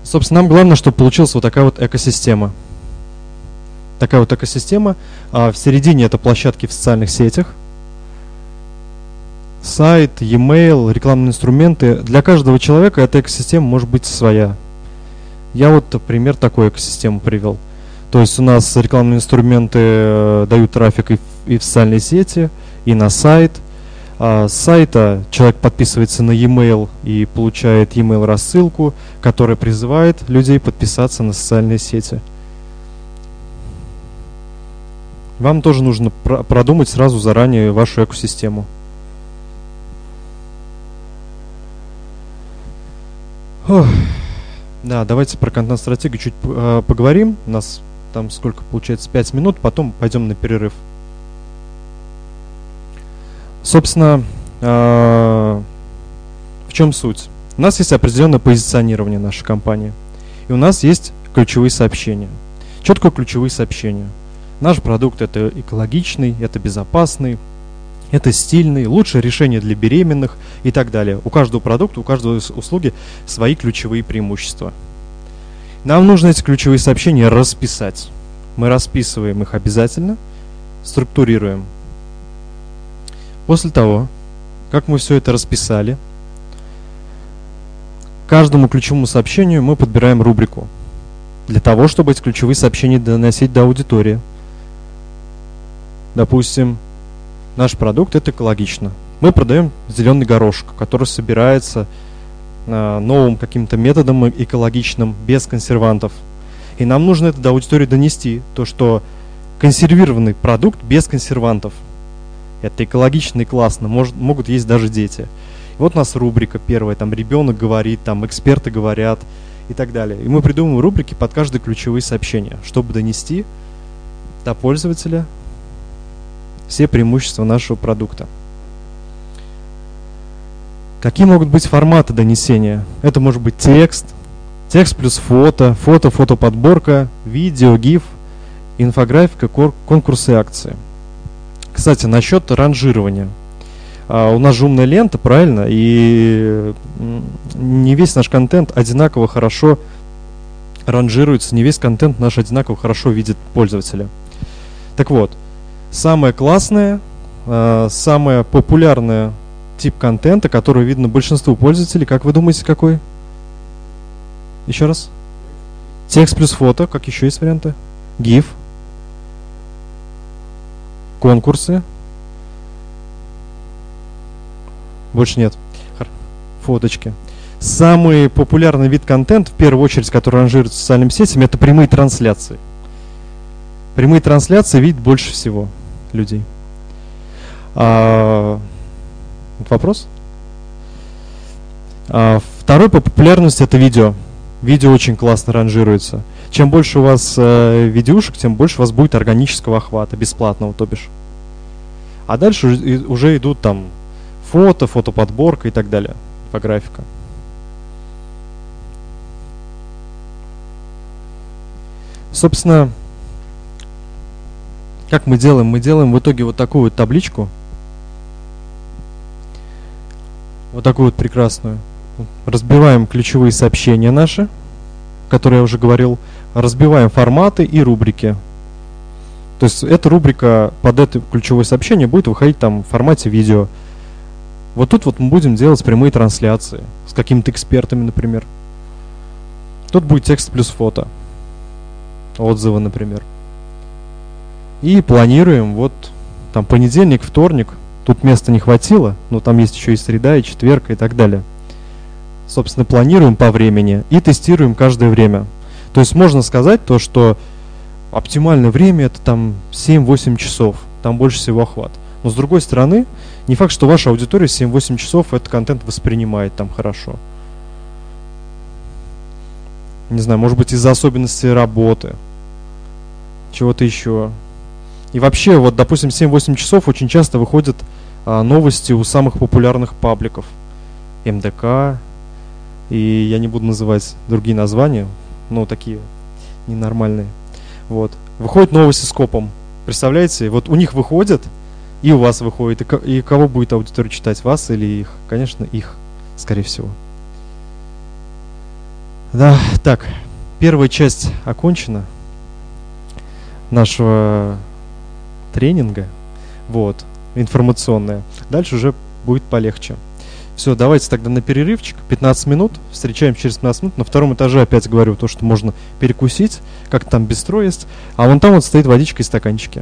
Собственно, нам главное, чтобы получилась вот такая вот экосистема. Такая вот экосистема. В середине это площадки в социальных сетях. Сайт, e-mail, рекламные инструменты. Для каждого человека эта экосистема может быть своя. Я вот пример такой экосистемы привел. То есть у нас рекламные инструменты дают трафик и в социальные сети, и на сайт. С сайта человек подписывается на e-mail и получает e-mail рассылку, которая призывает людей подписаться на социальные сети. Вам тоже нужно продумать сразу заранее вашу экосистему. Да, давайте про контент-стратегию чуть поговорим. У нас там сколько получается, 5 минут, потом пойдем на перерыв. Собственно, в чем суть? У нас есть определенное позиционирование нашей компании. И у нас есть ключевые сообщения. Что такое ключевые сообщения? Наш продукт это экологичный, это безопасный, это стильный, лучшее решение для беременных и так далее. У каждого продукта, у каждой услуги свои ключевые преимущества. Нам нужно эти ключевые сообщения расписать. Мы расписываем их обязательно, структурируем. После того, как мы все это расписали, каждому ключевому сообщению мы подбираем рубрику. Для того, чтобы эти ключевые сообщения доносить до аудитории. Допустим, наш продукт это экологично. Мы продаем зеленый горошек, который собирается новым каким-то методом экологичным, без консервантов. И нам нужно это до аудитории донести, то что консервированный продукт без консервантов. Это экологично и классно, могут есть даже дети. И вот у нас рубрика первая, там ребенок говорит, там эксперты говорят и так далее. И мы придумываем рубрики под каждое ключевые сообщения, чтобы донести до пользователя все преимущества нашего продукта. Какие могут быть форматы донесения? Это может быть текст плюс фото, фотоподборка, видео, гиф, инфографика, конкурсы и акции. Кстати, насчет ранжирования. У нас же умная лента, правильно? И не весь наш контент одинаково хорошо ранжируется, не весь контент наш одинаково хорошо видит пользователя. Так вот, самое классное, самое популярное тип контента, который видно большинству пользователей, как вы думаете, какой? Еще раз. Текст плюс фото, как еще есть варианты? GIF. Конкурсы. Больше нет. Фоточки. Самый популярный вид контента, в первую очередь, который ранжируется социальными сетями, это прямые трансляции. Прямые трансляции видят больше всего людей. Вопрос? Второй по популярности это видео. Видео очень классно ранжируется. Чем больше у вас видюшек, тем больше у вас будет органического охвата, бесплатного, то бишь. А дальше уже идут там фото, фотоподборка и так далее. Инфографика. Собственно, как мы делаем? Мы делаем в итоге вот такую вот табличку. Вот такую вот прекрасную. Разбиваем ключевые сообщения наши, которые я уже говорил. Разбиваем форматы и рубрики. То есть эта рубрика под это ключевое сообщение будет выходить там в формате видео. Вот тут вот мы будем делать прямые трансляции с какими-то экспертами, например. Тут будет текст плюс фото. Отзывы, например. И планируем вот там понедельник, вторник. Тут места не хватило, но там есть еще и среда, и четверг, и так далее. Собственно, планируем по времени и тестируем каждое время. То есть можно сказать то, что оптимальное время это там 7-8 часов. Там больше всего охват. Но с другой стороны, не факт, что ваша аудитория 7-8 часов этот контент воспринимает там хорошо. Не знаю, может быть из-за особенностей работы. Чего-то еще. И вообще, вот, допустим, 7-8 часов очень часто выходят новости у самых популярных пабликов. МДК. И я не буду называть другие названия, но такие ненормальные. Вот. Выходят новости с копом. Представляете? Вот у них выходят, и у вас выходит. И кого будет аудитория читать? Вас или их? Конечно, их, скорее всего. Да, так, первая часть окончена нашего тренинга, вот, информационная. Дальше уже будет полегче. Все, давайте тогда на перерывчик, 15 минут, встречаемся через 15 минут. На втором этаже опять говорю то, что можно перекусить, как там бистро есть, а вон там вот стоит водичка и стаканчики.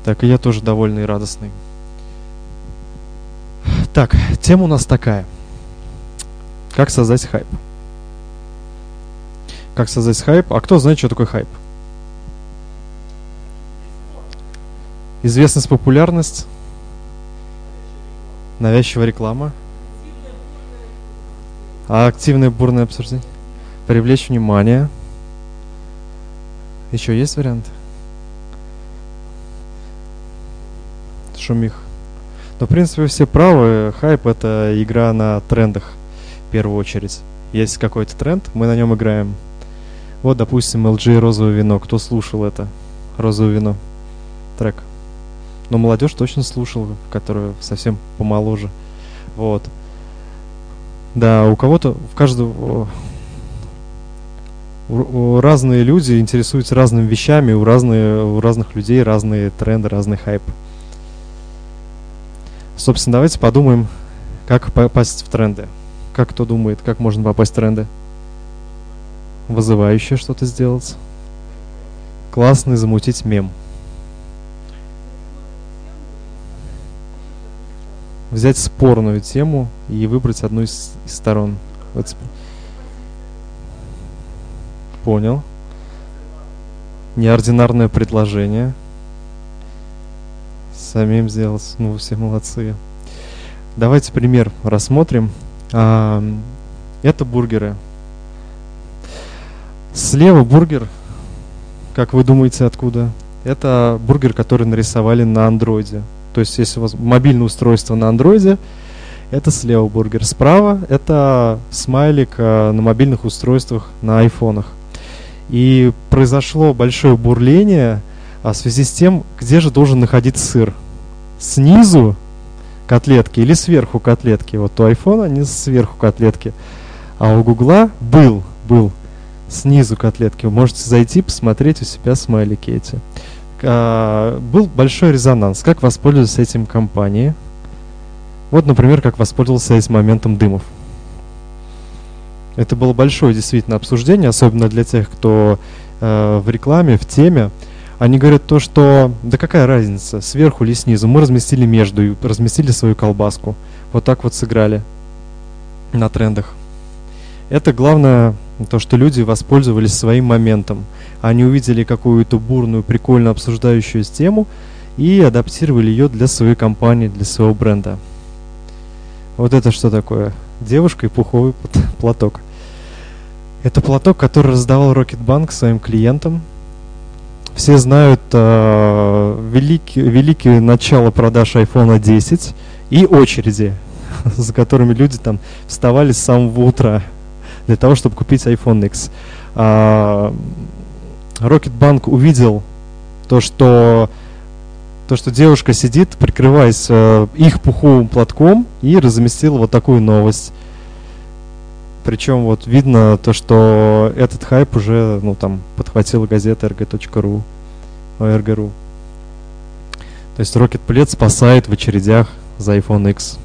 Так, и я тоже довольный и радостный. Так, тема у нас такая. Как создать хайп? Как создать хайп? А кто знает, что такое хайп? Известность, популярность, навязчивая реклама, активное бурное обсуждение, привлечь внимание. Еще есть варианты? Шумих. Но, в принципе, все правы. Хайп — это игра на трендах, в первую очередь. Есть какой-то тренд, мы на нем играем. Вот, допустим, LG «Розовое вино». Кто слушал это? «Розовое вино» трек. Но молодежь точно слушала, которая совсем помоложе. Вот. Да, у кого-то, в каждого... разные люди интересуются разными вещами, у разных людей разные тренды, разный хайп. Собственно, давайте подумаем, как попасть в тренды. Как кто думает, как можно попасть в тренды? Вызывающе что-то сделать. Классный замутить мем. Взять спорную тему и выбрать одну из сторон. Вот. Понял. Неординарное предложение. Самим сделать. Ну, вы все молодцы. Давайте пример рассмотрим. Это бургеры. Слева бургер. Как вы думаете, откуда? Это бургер, который нарисовали на андроиде. То есть, если у вас мобильное устройство на андроиде, это слева бургер. Справа это смайлик на мобильных устройствах на айфонах. И произошло большое бурление в связи с тем, где же должен находиться сыр. Снизу котлетки или сверху котлетки. Вот у айфона они сверху котлетки. А у Гугла был снизу котлетки. Вы можете зайти, посмотреть у себя смайлики эти. Был большой резонанс. Как воспользовались этим компании? Вот, например, как воспользовался этим моментом Дымов. Это было большое действительно обсуждение, особенно для тех, кто в рекламе, в теме. Они говорят то, что да какая разница, сверху или снизу. Мы разместили между и разместили свою колбаску. Вот так вот сыграли на трендах. Это главное, то, что люди воспользовались своим моментом. Они увидели какую-то бурную, прикольно обсуждающую тему и адаптировали ее для своей компании, для своего бренда. Вот это что такое? Девушка и пуховый платок. Это платок, который раздавал Рокетбанк своим клиентам. Все знают великие начало продаж iPhone 10 и очереди, за которыми люди там вставали с самого утра для того, чтобы купить iPhone X. Рокетбанк увидел то, что девушка сидит, прикрываясь их пуховым платком, и разместила вот такую новость. Причем вот видно то, что этот хайп уже подхватила газета rg.ru, rg.ru. То есть Рокетплед спасает в очередях за iPhone X.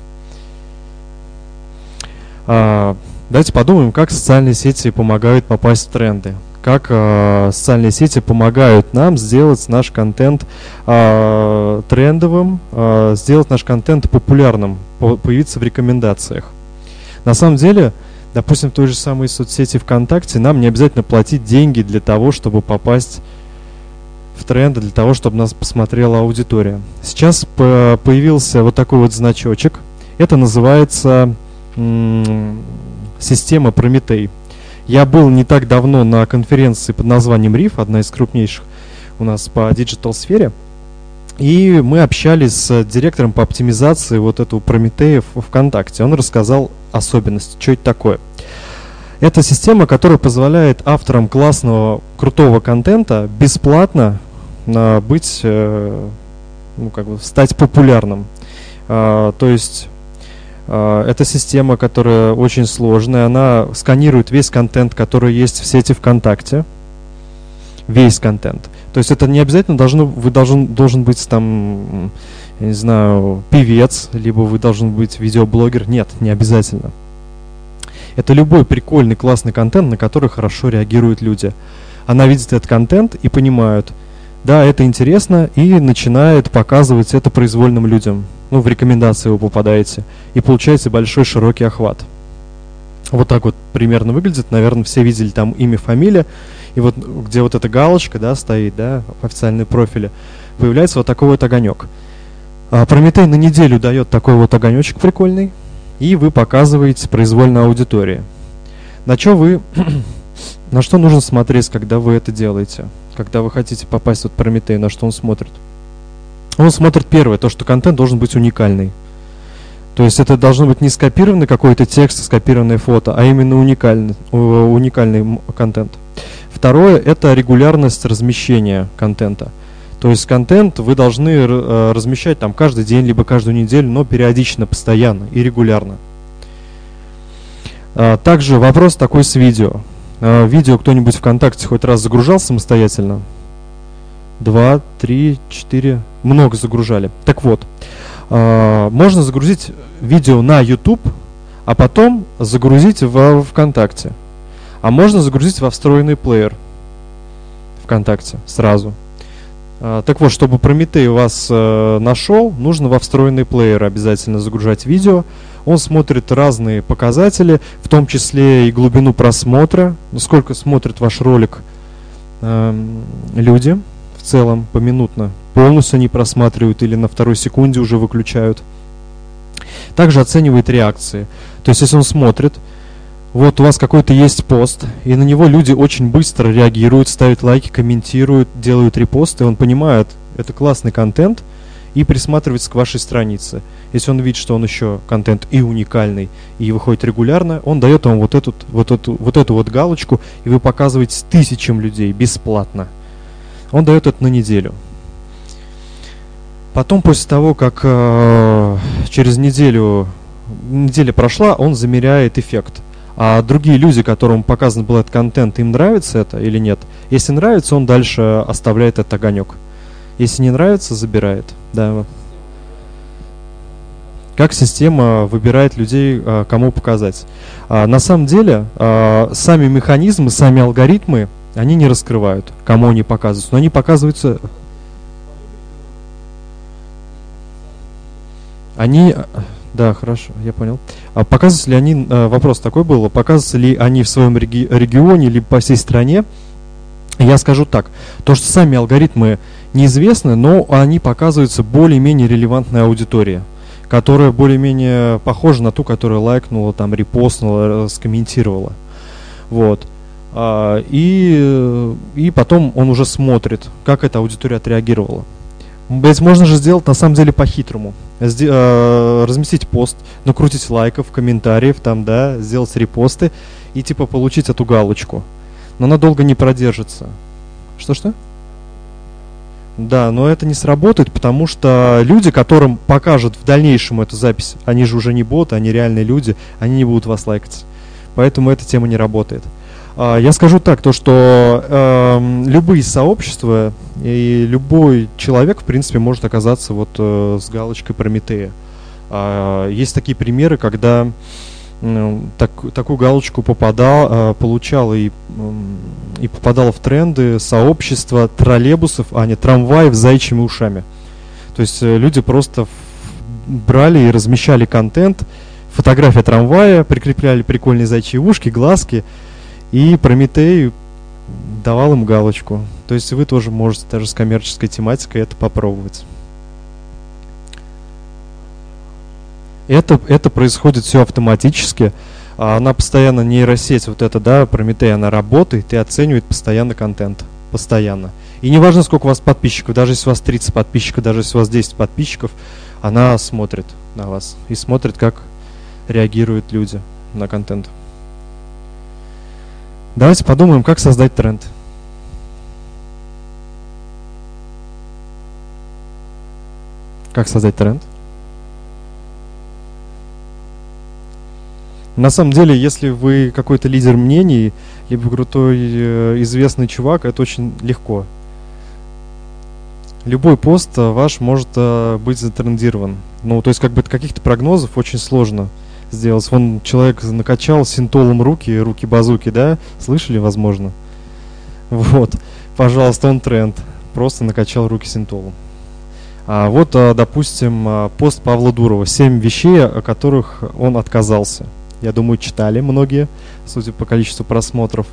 Давайте подумаем, как социальные сети помогают попасть в тренды. Как социальные сети помогают нам сделать наш контент трендовым, сделать наш контент популярным, появиться в рекомендациях. На самом деле, допустим, в той же самой соцсети ВКонтакте нам не обязательно платить деньги для того, чтобы попасть в тренды, для того, чтобы нас посмотрела аудитория. Сейчас появился вот такой вот значочек. Это называется система Прометей. Я был не так давно на конференции под названием RIF, одна из крупнейших у нас по диджитал-сфере. И мы общались с директором по оптимизации вот этого Прометея в ВКонтакте. Он рассказал особенности, что это такое. Это система, которая позволяет авторам классного, крутого контента бесплатно стать популярным. То есть это система, которая очень сложная. Она сканирует весь контент, который есть в сети ВКонтакте. Весь контент. То есть это не обязательно должен быть там, я не знаю, певец, либо вы должен быть видеоблогер. Нет, не обязательно. Это любой прикольный, классный контент, на который хорошо реагируют люди. Она видит этот контент и понимают, да, это интересно, и начинает показывать это произвольным людям. Ну, в рекомендации вы попадаете, и получаете большой широкий охват. Вот так вот примерно выглядит. Наверное, все видели там имя, фамилия. И вот где вот эта галочка, да, стоит, да, в официальном профиле, появляется вот такой вот огонек. Прометей на неделю дает такой вот огонечек прикольный, и вы показываете произвольной аудитории. На что нужно смотреть, когда вы это делаете? Когда вы хотите попасть в Прометей, на что он смотрит? Он смотрит первое, то, что контент должен быть уникальный. То есть это должно быть не скопированный какой-то текст, скопированное фото, а именно уникальный контент. Второе – это регулярность размещения контента. То есть контент вы должны размещать там каждый день, либо каждую неделю, но периодично, постоянно и регулярно. Также вопрос такой с видео. Видео кто-нибудь ВКонтакте хоть раз загружал самостоятельно? 2, 3, 4, много загружали. Так вот, можно загрузить видео на YouTube, а потом загрузить в ВКонтакте. А можно загрузить во встроенный плеер ВКонтакте сразу. Так вот, чтобы Прометей вас нашел, нужно во встроенный плеер обязательно загружать видео. Он смотрит разные показатели, в том числе и глубину просмотра, сколько смотрит ваш ролик люди в целом поминутно. Полностью они просматривают или на второй секунде уже выключают. Также оценивает реакции. То есть, если он смотрит, вот у вас какой-то есть пост, и на него люди очень быстро реагируют, ставят лайки, комментируют, делают репосты, он понимает, это классный контент, и присматривается к вашей странице. Если он видит, что он еще контент и уникальный, и выходит регулярно, он дает вам вот эту галочку, и вы показываете тысячам людей бесплатно. Он дает это на неделю. Потом, после того, как через неделя прошла, он замеряет эффект. А другие люди, которым показан был этот контент, им нравится это или нет? Если нравится, он дальше оставляет этот огонек. Если не нравится, забирает. Да. Как система выбирает людей, кому показать? На самом деле, сами механизмы, сами алгоритмы, они не раскрывают, кому они показываются. Но они показываются... Да, хорошо, я понял. Показываются ли они, вопрос такой был, показываются ли они в своем регионе, либо по всей стране? Я скажу так, то, что сами алгоритмы неизвестны, но они показываются более-менее релевантной аудитории, которая более-менее похожа на ту, которая лайкнула, там, репостнула, скомментировала. Вот. И потом он уже смотрит, как эта аудитория отреагировала. Ведь можно же сделать на самом деле по-хитрому. Разместить пост, накрутить лайков, комментариев, там, да, сделать репосты и типа получить эту галочку. Но она долго не продержится. Что? Да, но это не сработает, потому что люди, которым покажут в дальнейшем эту запись, они же уже не боты, они реальные люди, они не будут вас лайкать. Поэтому эта тема не работает. Я скажу так, то что любые сообщества и любой человек, в принципе, может оказаться вот с галочкой Прометея. Есть такие примеры, когда такую галочку получал и попадало в тренды сообщества троллейбусов, а не трамваев с заячьими ушами. То есть люди просто брали и размещали контент, фотография трамвая, прикрепляли прикольные заячьи ушки, глазки, и Прометей давал им галочку. То есть вы тоже можете даже с коммерческой тематикой это попробовать. Это происходит все автоматически. Она постоянно, нейросеть вот эта, да, Прометей, она работает и оценивает постоянно контент. Постоянно. И не важно, сколько у вас подписчиков, даже если у вас 30 подписчиков, даже если у вас 10 подписчиков, она смотрит на вас и смотрит, как реагируют люди на контент. Давайте подумаем, как создать тренд. Как создать тренд? На самом деле, если вы какой-то лидер мнений, либо крутой известный чувак, это очень легко. Любой пост ваш может быть затрендирован. Ну, то есть, как бы каких-то прогнозов очень сложно сделать. Вон человек накачал синтолом руки базуки, да? Слышали, возможно? Вот. Пожалуйста, он тренд. просто накачал руки синтолом. А вот, допустим, пост Павла Дурова. 7 вещей, о которых он отказался. Я думаю, читали многие, судя по количеству просмотров.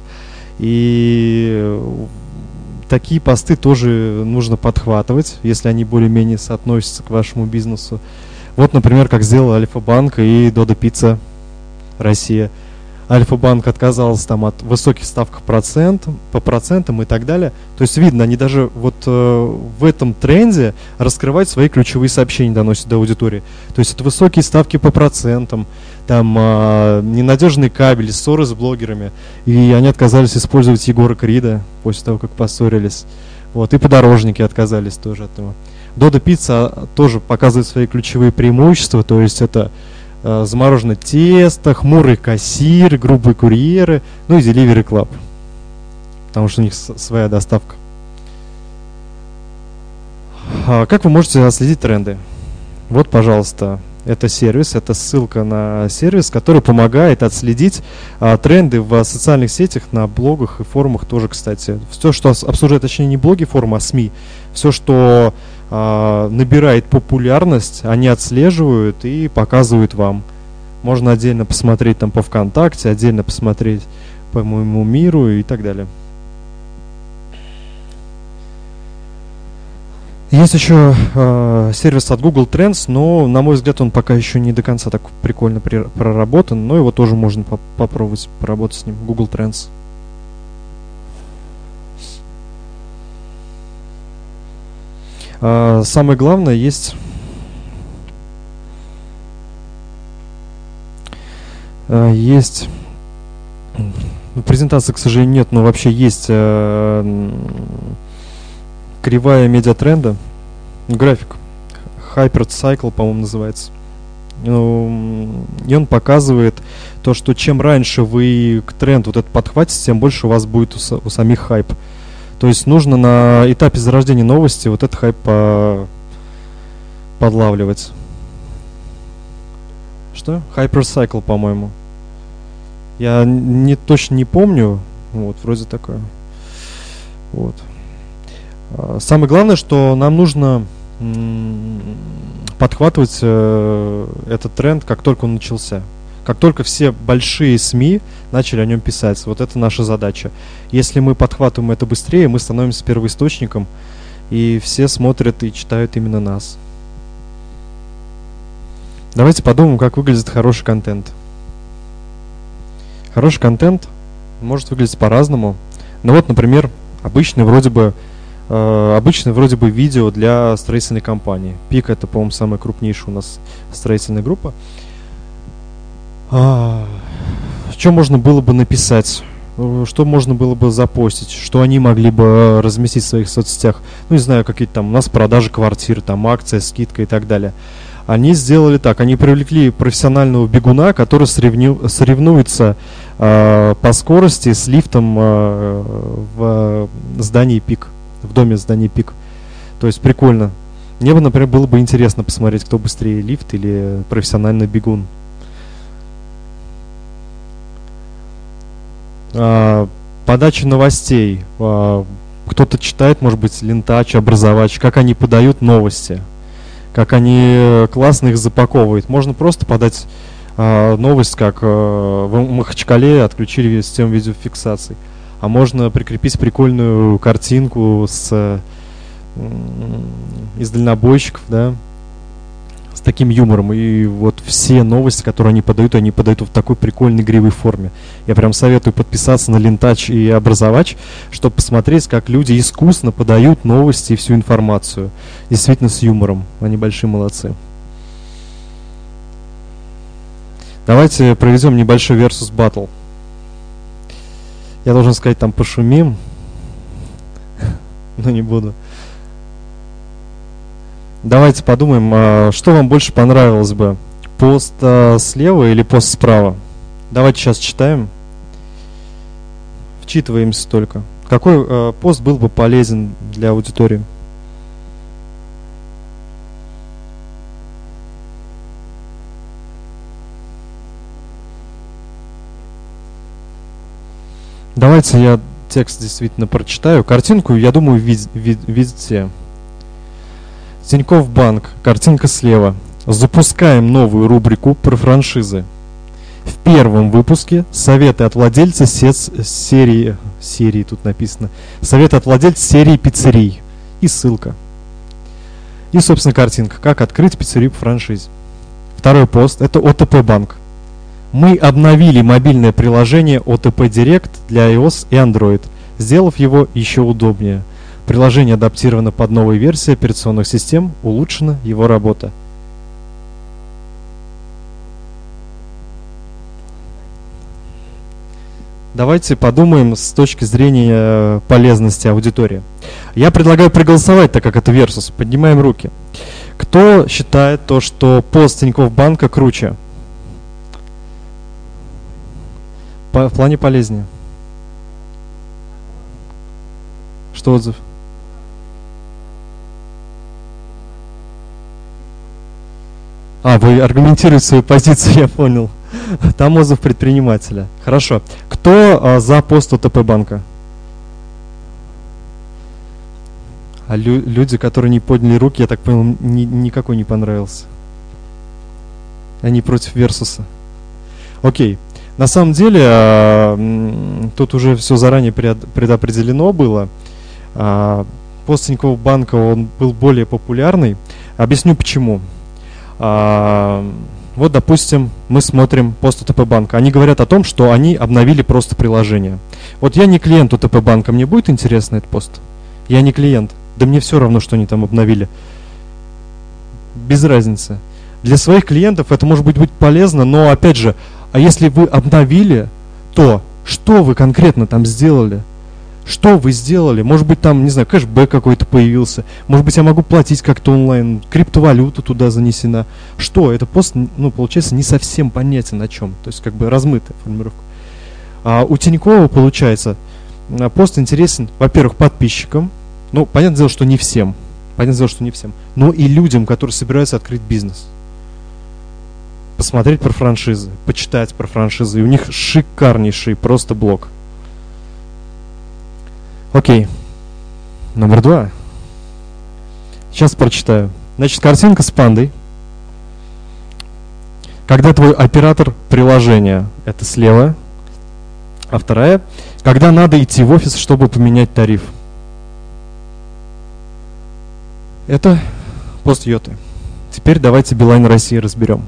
И такие посты тоже нужно подхватывать, если они более-менее соотносятся к вашему бизнесу. Вот, например, как сделал Альфа-банк и Додо Пицца Россия. Альфа-банк отказался там от высоких ставок по процентам и так далее. То есть видно, они даже вот в этом тренде раскрывают свои ключевые сообщения, доносят до аудитории. То есть это высокие ставки по процентам, там ненадежный кабель, ссоры с блогерами. И они отказались использовать Егора Крида после того, как поссорились. Вот, и подорожники отказались тоже от этого. Додо Пицца тоже показывает свои ключевые преимущества, то есть это замороженное тесто, хмурый кассир, грубые курьеры, ну и Delivery Club, потому что у них своя доставка. Как вы можете отследить тренды? Вот, пожалуйста, это сервис, это ссылка на сервис, который помогает отследить тренды в социальных сетях, на блогах и форумах тоже, кстати. Все, что обсуждает, точнее, не блоги, форумы, а СМИ, все, что набирает популярность, они отслеживают и показывают вам. Можно отдельно посмотреть там по ВКонтакте, отдельно посмотреть по моему миру и так далее. Есть еще сервис от Google Trends, но, на мой взгляд, он пока еще не до конца так прикольно проработан, но его тоже можно попробовать поработать с ним, Google Trends. Самое главное, есть презентации, к сожалению, нет, но вообще есть кривая медиатренда, график Hypercycle, по-моему, называется. И он показывает то, что чем раньше вы к тренду вот этот подхватите, тем больше у вас будет у самих хайп. То есть нужно на этапе зарождения новости вот этот хайп подлавливать. Что? Hypercycle, по-моему. Я точно не помню. Вот, вроде такое. Вот. Самое главное, что нам нужно подхватывать этот тренд, как только он начался. Как только все большие СМИ начали о нем писать. Вот это наша задача. Если мы подхватываем это быстрее, мы становимся первоисточником, и все смотрят и читают именно нас. Давайте подумаем, как выглядит хороший контент. Хороший контент может выглядеть по-разному. Ну вот, например, обычный вроде бы видео для строительной компании. ПИК — это, по-моему, самая крупнейшая у нас строительная группа. Что можно было бы написать? Что можно было бы запостить? Что они могли бы разместить в своих соцсетях? Ну, не знаю, какие-то там у нас продажи квартир, там акция, скидка и так далее. Они сделали так. Они привлекли профессионального бегуна, который соревнуется по скорости с лифтом в здании ПИК. В доме здания ПИК. То есть прикольно. Мне бы, например, было бы интересно посмотреть, кто быстрее, лифт или профессиональный бегун. Подача новостей. Кто-то читает, может быть, Лентач, Образовач, как они подают новости, как они классно их запаковывают. Можно просто подать новость, как в Махачкале отключили систему видеофиксации. А можно прикрепить прикольную картинку из дальнобойщиков, да, с таким юмором. И вот все новости, которые они подают в такой прикольной игривой форме. Я прям советую подписаться на Лентач и Образовач, чтобы посмотреть, как люди искусно подают новости и всю информацию. Действительно с юмором. Они большие молодцы. Давайте проведем небольшой versus battle. Я должен сказать, там пошумим, но не буду. Давайте подумаем, что вам больше понравилось бы, пост слева или пост справа. Давайте сейчас читаем, вчитываемся только. Какой пост был бы полезен для аудитории? Давайте я текст действительно прочитаю. Картинку, я думаю, видите. Тинькофф Банк, картинка слева. Запускаем новую рубрику про франшизы. В первом выпуске советы от владельца серии тут написано. Советы от владельца серии пиццерий. И ссылка. И, собственно, картинка. Как открыть пиццерию по франшизе. Второй пост. Это ОТП Банк. Мы обновили мобильное приложение ОТП Direct для iOS и Android, сделав его еще удобнее. Приложение адаптировано под новые версии операционных систем, улучшена его работа. Давайте подумаем с точки зрения полезности аудитории. Я предлагаю проголосовать, так как это Versus. Поднимаем руки. Кто считает то, что пост Тинькофф Банка круче? В плане полезнее. Что отзыв? Вы аргументируете свою позицию, я понял. Там отзыв предпринимателя. Хорошо. Кто за пост ОТП Банка? Люди, которые не подняли руки, я так понял, никакой не понравился. Они против Версуса. Окей. На самом деле, тут уже все заранее предопределено было. Пост Тинькофф Банка, он был более популярный. Объясню почему. Вот, допустим, мы смотрим пост ОТП Банка. Они говорят о том, что они обновили просто приложение. Вот я не клиент ОТП Банка, мне будет интересно этот пост? Я не клиент. Да мне все равно, что они там обновили. Без разницы. Для своих клиентов это может быть полезно, но опять же, а если вы обновили, то что вы конкретно там сделали? Что вы сделали? Может быть, там, не знаю, кэшбэк какой-то появился. Может быть, я могу платить как-то онлайн. Криптовалюта туда занесена. Что? Это пост, получается, не совсем понятен о чем. То есть, как бы размытая формулировка. А у Тинькова, получается, пост интересен, во-первых, подписчикам. Понятное дело, что не всем. Но и людям, которые собираются открыть бизнес. Посмотреть про франшизы, почитать про франшизы. И у них шикарнейший просто блог. Окей. Номер 2. Сейчас прочитаю. Значит, картинка с пандой. Когда твой оператор приложения, это слева. А вторая, когда надо идти в офис, чтобы поменять тариф. Это пост Йоты. Теперь давайте Билайн России разберем.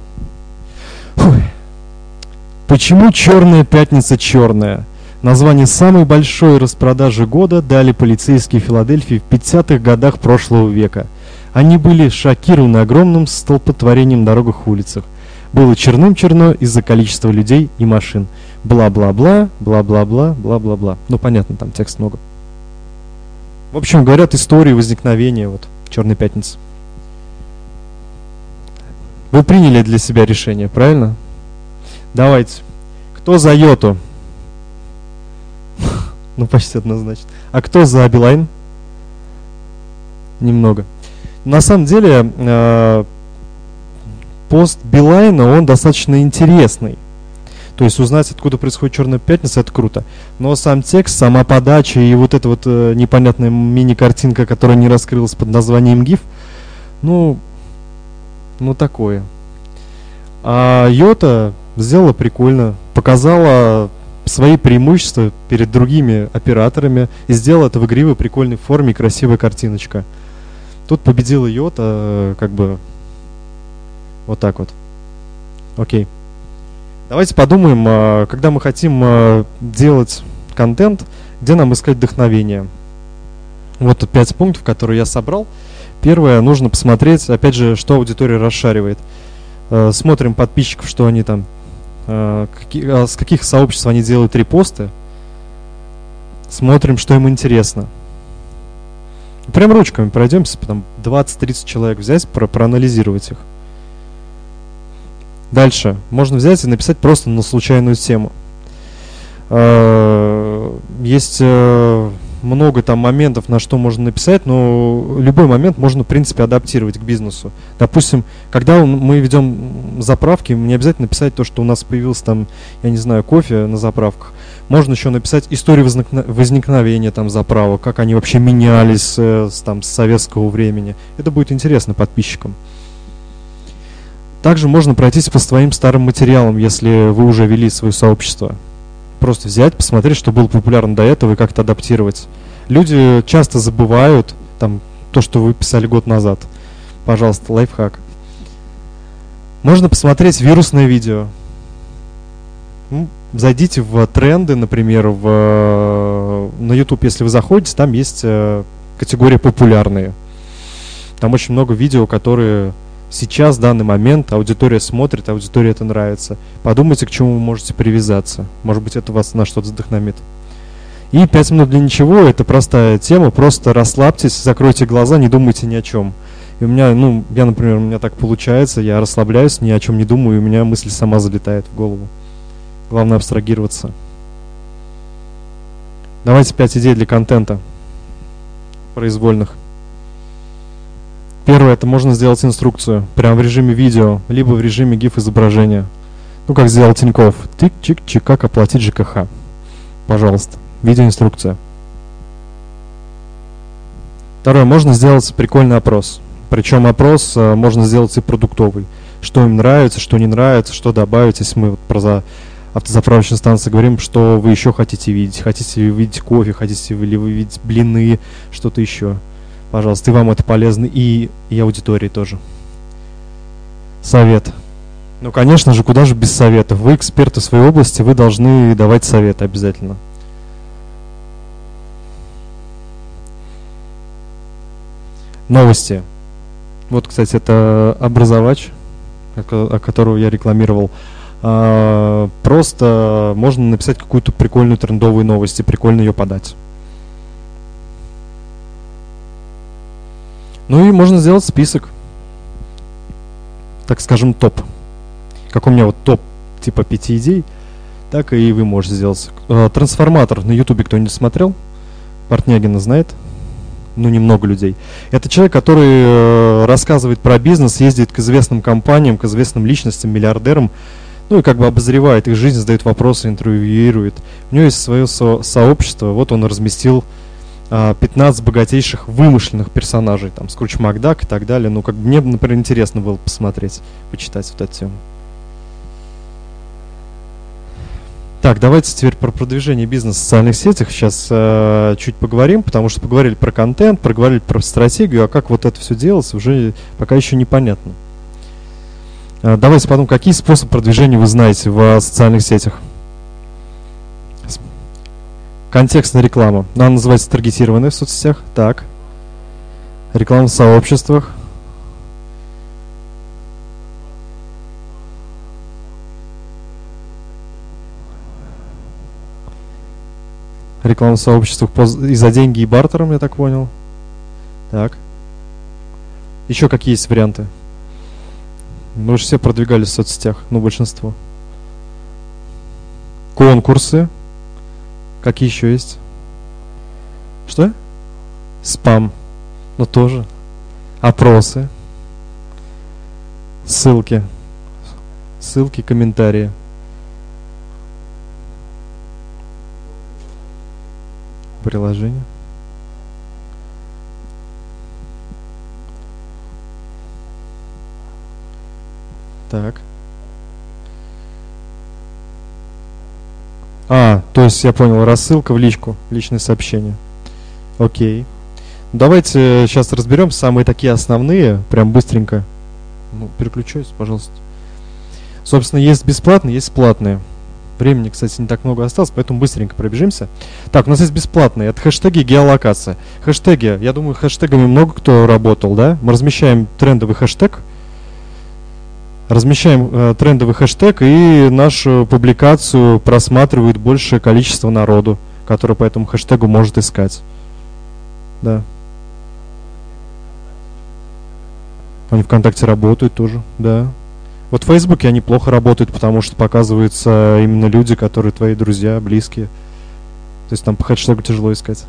Почему Черная пятница черная? Название самой большой распродажи года дали полицейские Филадельфии в 50-х годах прошлого века. Они были шокированы огромным столпотворением на дорогах и улицах. Было черным-черно из-за количества людей и машин. Бла-бла-бла, бла-бла-бла, бла-бла-бла. Понятно, там текст много. В общем, говорят, истории возникновения Черной пятницы. Вы приняли для себя решение, правильно? Давайте. Кто за Йоту? Почти однозначно. А кто за Билайн? Немного. На самом деле, пост Билайна, он достаточно интересный. То есть узнать, откуда происходит Черная пятница, это круто. Но сам текст, сама подача и вот эта непонятная мини-картинка, которая не раскрылась под названием GIF, такое. А Йота сделала прикольно, показала свои преимущества перед другими операторами и сделала это в игривой, прикольной форме, красивая картиночка. Тут победила Йота, вот так вот. Окей. Давайте подумаем, когда мы хотим делать контент, где нам искать вдохновение. Вот тут 5 пунктов, которые я собрал. Первое, нужно посмотреть, опять же, что аудитория расшаривает. Смотрим подписчиков, что они там, с каких сообществ они делают репосты. Смотрим, что им интересно. Прям ручками пройдемся, потом 20-30 человек взять, проанализировать их. Дальше. Можно взять и написать просто на случайную тему. Есть много там моментов, на что можно написать, но любой момент можно, в принципе, адаптировать к бизнесу. Допустим, когда мы ведем заправки, не обязательно писать то, что у нас появился там, я не знаю, кофе на заправках. Можно еще написать историю возникновения там заправок, как они вообще менялись с советского времени. Это будет интересно подписчикам. Также можно пройтись по своим старым материалам, если вы уже вели свое сообщество. Просто взять, посмотреть, что было популярно до этого, и как-то адаптировать. Люди часто забывают то, что вы писали год назад. Пожалуйста, лайфхак. Можно посмотреть вирусное видео. Зайдите в тренды, например, на YouTube, если вы заходите, там есть категория популярные. Там очень много видео, которые сейчас, в данный момент, аудитория смотрит, аудитории это нравится. Подумайте, к чему вы можете привязаться. Может быть, это вас на что-то вдохновит. И 5 минут для ничего, это простая тема. Просто расслабьтесь, закройте глаза, не думайте ни о чем. И у меня, например, у меня так получается, я расслабляюсь, ни о чем не думаю, и у меня мысль сама залетает в голову. Главное абстрагироваться. Давайте 5 идей для контента произвольных. Первое, это можно сделать инструкцию, прямо в режиме видео, либо в режиме GIF изображения. Как сделал Тинькофф. Тык-чик-чик, как оплатить ЖКХ. Пожалуйста, видеоинструкция. Второе, можно сделать прикольный опрос. Причем опрос можно сделать и продуктовый. Что им нравится, что не нравится, что добавить. Если мы про автозаправочные станции говорим, что вы еще хотите видеть. Хотите ли вы видеть кофе, хотите ли вы видеть блины, что-то еще. Пожалуйста, и вам это полезно, и аудитории тоже. Совет. Конечно же, куда же без советов. Вы эксперты в своей области, вы должны давать советы обязательно. Новости. Кстати, это образовач, которого я рекламировал. Просто можно написать какую-то прикольную трендовую новость и прикольно ее подать. И можно сделать список. Так скажем, топ. Как у меня топ типа 5 идей, так и вы можете сделать. Трансформатор на Ютубе кто-нибудь смотрел? Портнягина знает? Немного людей. Это человек, который рассказывает про бизнес, ездит к известным компаниям, к известным личностям, миллиардерам, и обозревает их жизнь, задает вопросы, интервьюирует. У него есть свое сообщество. Он разместил 15 богатейших вымышленных персонажей, Скрудж Макдак и так далее. Мне, например, интересно было посмотреть, почитать эту тему. Так, давайте теперь про продвижение бизнеса в социальных сетях сейчас чуть поговорим, потому что поговорили про контент, поговорили про стратегию, а как это все делать, уже пока еще непонятно. Давайте потом, какие способы продвижения вы знаете в социальных сетях? Контекстная реклама. Она называется таргетированная в соцсетях. Так. Реклама в сообществах. Реклама в сообществах и за деньги и бартером, я так понял. Так. Еще какие есть варианты? Мы же все продвигались в соцсетях, большинство. Конкурсы. Какие еще есть? Что? Спам. Тоже. Опросы. Ссылки. Ссылки, комментарии. Приложение. Так. То есть я понял, рассылка в личку, личные сообщения. Окей. Давайте сейчас разберем самые такие основные, прям быстренько. Переключаюсь, пожалуйста. Собственно, есть бесплатные, есть платные. Времени, кстати, не так много осталось, поэтому быстренько пробежимся. Так, у нас есть бесплатные. Это хэштеги и геолокация. Хэштеги. Я думаю, хэштегами много кто работал, да? Мы размещаем трендовый хэштег. Размещаем трендовый хэштег, и нашу публикацию просматривает большее количество народу, который по этому хэштегу может искать. Да. Они ВКонтакте работают тоже, да. В Фейсбуке они плохо работают, потому что показываются именно люди, которые твои друзья, близкие. То есть там по хэштегу тяжело искать.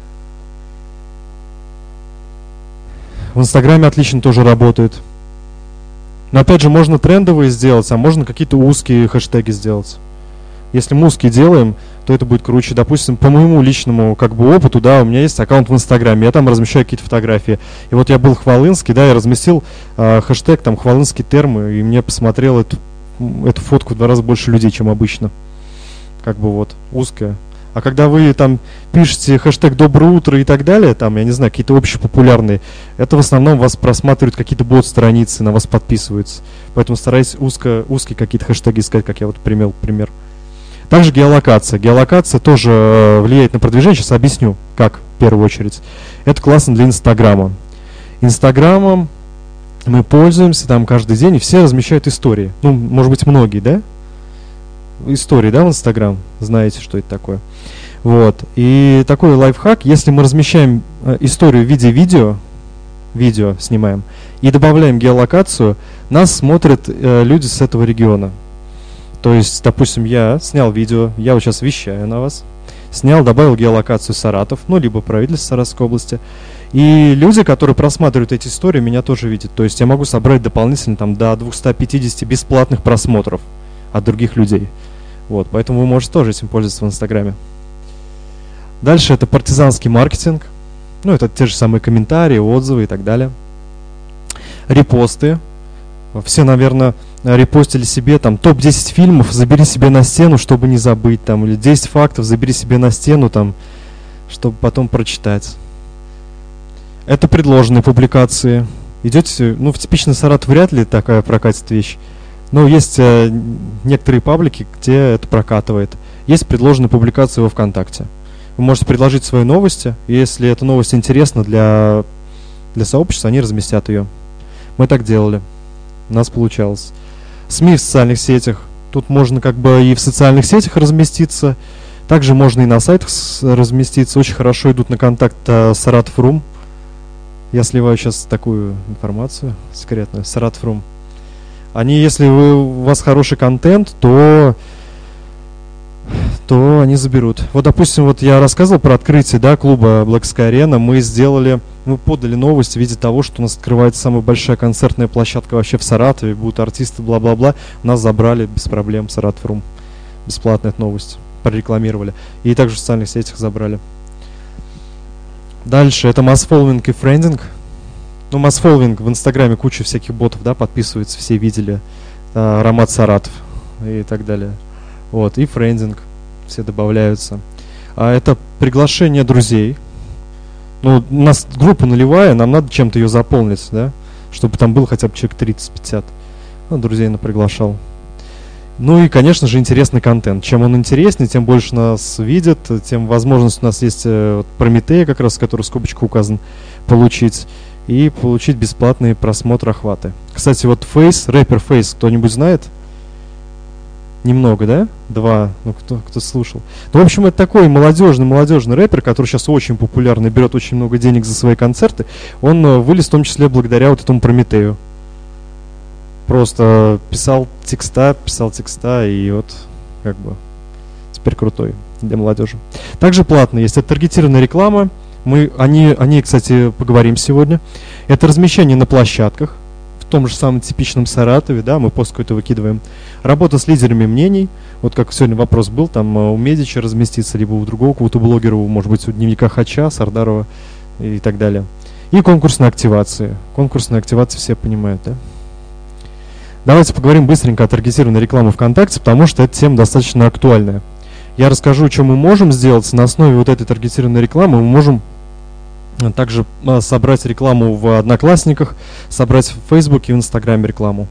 В Инстаграме отлично тоже работает. Но опять же, можно трендовые сделать, а можно какие-то узкие хэштеги сделать. Если мы узкие делаем, то это будет круче. Допустим, по моему личному как бы опыту, да, у меня есть аккаунт в Инстаграме, я там размещаю какие-то фотографии. И вот я был в Хвалынске, да, я разместил хэштег там Хвалынские термы, и мне посмотрел эту фотку в 2 раза больше людей, чем обычно. Как бы вот, узкая. А когда вы там пишете хэштег «Доброе утро» и так далее, там, я не знаю, какие-то общепопулярные, это в основном вас просматривают какие-то бот-страницы, на вас подписываются. Поэтому старайтесь узкие какие-то хэштеги искать, как я вот пример. Также геолокация. Геолокация тоже влияет на продвижение. Сейчас объясню, как в первую очередь. Это классно для Инстаграма. Инстаграмом мы пользуемся там каждый день, и все размещают истории. Ну, может быть, многие, да? Истории, да, в Инстаграм? Знаете, что это такое. Вот. И такой лайфхак, если мы размещаем историю в виде видео снимаем, и добавляем геолокацию, нас смотрят люди с этого региона. То есть, допустим, я снял видео, я вот сейчас вещаю на вас, снял, добавил геолокацию Саратов, ну, либо правительство Саратовской области, и люди, которые просматривают эти истории, меня тоже видят. То есть я могу собрать дополнительно там до 250 бесплатных просмотров от других людей. Вот, поэтому вы можете тоже этим пользоваться в Инстаграме. Дальше это партизанский маркетинг. Ну, это те же самые комментарии, отзывы и так далее. Репосты. Все, наверное, репостили себе там топ-10 фильмов, забери себе на стену, чтобы не забыть, там, или 10 фактов, забери себе на стену, там, чтобы потом прочитать. Это предложенные публикации. Идете, ну, в типичный Саратов вряд ли такая прокатит вещь. Но есть некоторые паблики, где это прокатывает. Есть предложенные публикации во ВКонтакте. Вы можете предложить свои новости, и если эта новость интересна для сообщества, они разместят ее. Мы так делали. У нас получалось. СМИ в социальных сетях. Тут можно как бы и в социальных сетях разместиться. Также можно и на сайтах разместиться. Очень хорошо идут на контакт Саратов.ру. Я сливаю сейчас такую информацию секретную. Саратов.ру. Они, если у вас хороший контент, то они заберут. Вот, допустим, вот я рассказывал про открытие, да, клуба Black Sky Arena. Мы подали новость в виде того, что у нас открывается самая большая концертная площадка вообще в Саратове, будут артисты, бла-бла-бла. Нас забрали без проблем Саратов.ру. Бесплатная эта новость. Прорекламировали. И также в социальных сетях забрали. Дальше это масс-фолловинг и френдинг. Ну, масс-фолловинг в Инстаграме куча всяких ботов, да, подписываются, все видели. Аромат Саратов и так далее. Вот, и френдинг. Все добавляются. А это приглашение друзей. Ну, у нас группа нулевая, нам надо чем-то ее заполнить, да, чтобы там был хотя бы человек 30-50. Ну, друзей приглашал. Ну и, конечно же, интересный контент. Чем он интереснее, тем больше нас видят, тем возможность у нас есть вот, Прометея, как раз, который скобочка указан, получить. И получить бесплатные просмотры, охваты. Кстати, вот рэпер Фейс, кто-нибудь знает? Немного, да? 2, ну кто слушал. Ну, в общем, это такой молодежный рэпер, который сейчас очень популярный, берет очень много денег за свои концерты. Он вылез в том числе благодаря вот этому Прометею. Просто писал текста, и вот как бы теперь крутой для молодежи. Также платно есть. Это таргетированная реклама. О ней, кстати, поговорим сегодня. Это размещение на площадках. В том же самом типичном Саратове, да, мы пост какой-то выкидываем. Работа с лидерами мнений. Вот как сегодня вопрос был, там у Медича разместиться, либо у другого какого-то блогера, может быть, у Дневника Хача, Сардарова и так далее. И конкурсные активации. Конкурсные активации все понимают, да? Давайте поговорим быстренько о таргетированной рекламе ВКонтакте, потому что эта тема достаточно актуальная. Я расскажу, что мы можем сделать. На основе вот этой таргетированной рекламы мы можем также собрать рекламу в Одноклассниках, собрать в Фейсбуке и в Инстаграме рекламу.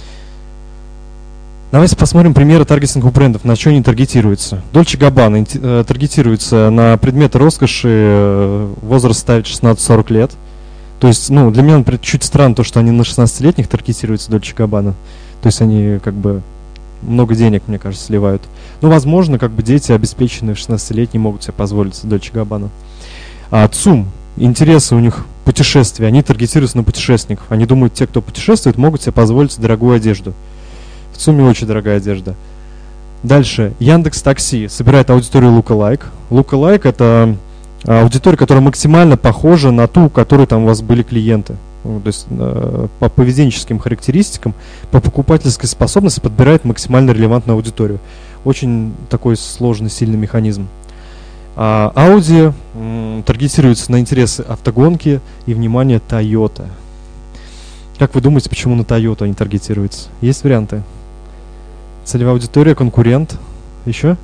Давайте посмотрим примеры таргетинга брендов, на что они таргетируются. Dolce Gabbana таргетируется на предметы роскоши, возраст ставит 16-40 лет. То есть, ну, для меня, например, чуть странно то, что они на 16-летних таргетируются, Dolce Gabbana. То есть они как бы много денег, мне кажется, сливают. Ну, возможно, как бы дети обеспеченные 16-летние могут себе позволить Dolce Gabbana. ЦУМ. Интересы у них путешествия. Они таргетируются на путешественников. Они думают, те, кто путешествует, могут себе позволить дорогую одежду. В ЦУМе очень дорогая одежда. Дальше. Яндекс.Такси собирает аудиторию Lookalike. Lookalike — это аудитория, которая максимально похожа на ту, у которой там у вас были клиенты. То есть по поведенческим характеристикам, по покупательской способности подбирает максимально релевантную аудиторию. очень такой сложный, сильный механизм. А Audi таргетируется на интересы автогонки и, внимание, Toyota. Как вы думаете, почему на Toyota они таргетируются? Есть варианты? Целевая аудитория, конкурент. Еще?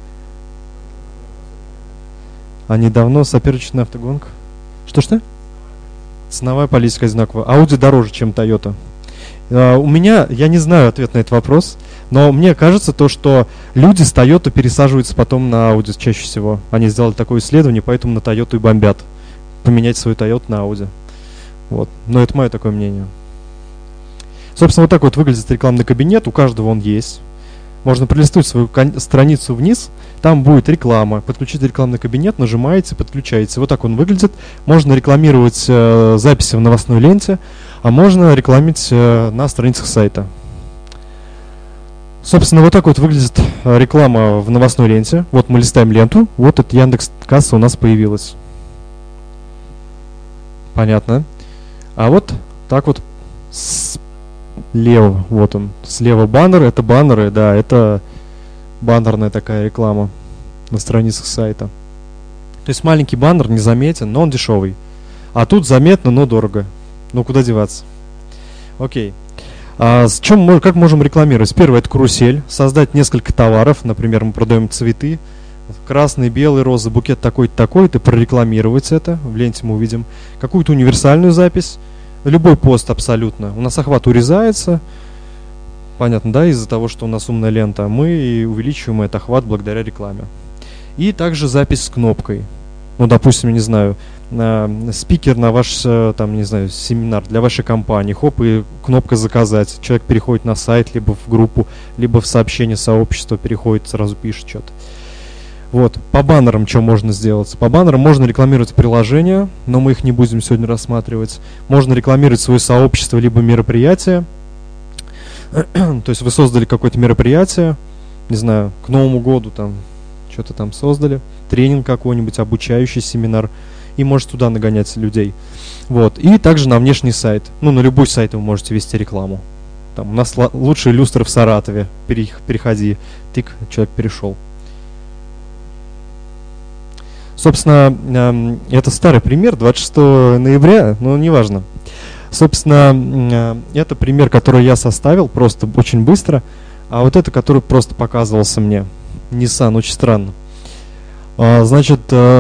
Они давно соперничают на автогонках. Что? Ценовая политика одинаковая. Audi дороже, чем Toyota. У меня, я не знаю ответ на этот вопрос, но мне кажется то, что люди с Toyota пересаживаются потом на Audi чаще всего. Они сделали такое исследование, поэтому на Toyota и бомбят. Поменять свою Toyota на Audi. Вот. Но это мое такое мнение. Собственно, вот так вот выглядит рекламный кабинет. У каждого он есть. Можно пролистнуть свою страницу вниз. Там будет реклама. Подключить рекламный кабинет. Нажимаете, подключаете. Вот так он выглядит. Можно рекламировать записи в новостной ленте. А можно рекламить на страницах сайта. Собственно, вот так вот выглядит реклама в новостной ленте. Вот мы листаем ленту. Вот эта Яндекс.Касса у нас появилась. Понятно. А вот так вот слева, вот он, слева баннер. Это баннеры, да, это баннерная такая реклама на страницах сайта. То есть маленький баннер незаметен, но он дешевый. А тут заметно, но дорого. Ну, куда деваться? Окей. Как можем рекламировать? Первое, это карусель. Создать несколько товаров. Например, мы продаем цветы. Красный, белый, розовый, букет такой-то, такой-то. Прорекламировать это. В ленте мы увидим какую-то универсальную запись. Любой пост абсолютно. У нас охват урезается. Понятно, да? Из-за того, что у нас умная лента. Мы увеличиваем этот охват благодаря рекламе. И также запись с кнопкой. Ну, допустим, я не знаю, спикер на ваш, там, не знаю, семинар для вашей компании, хоп, и кнопка «Заказать». Человек переходит на сайт, либо в группу, либо в сообщение сообщества переходит, сразу пишет что-то. Вот, по баннерам что можно сделать? По баннерам можно рекламировать приложения, но мы их не будем сегодня рассматривать. Можно рекламировать свое сообщество, либо мероприятие. То есть вы создали какое-то мероприятие, не знаю, к Новому году там, что-то там создали, тренинг какой-нибудь, обучающий семинар, и можете туда нагонять людей. Вот. И также на внешний сайт. Ну, на любой сайт вы можете вести рекламу. Там у нас лучшие люстры в Саратове. Переходи. Тык, человек перешел. Собственно, это старый пример, 26 ноября, но неважно. Собственно, это пример, который я составил просто очень быстро, а вот это, который просто показывался мне. Nissan, очень странно. Значит,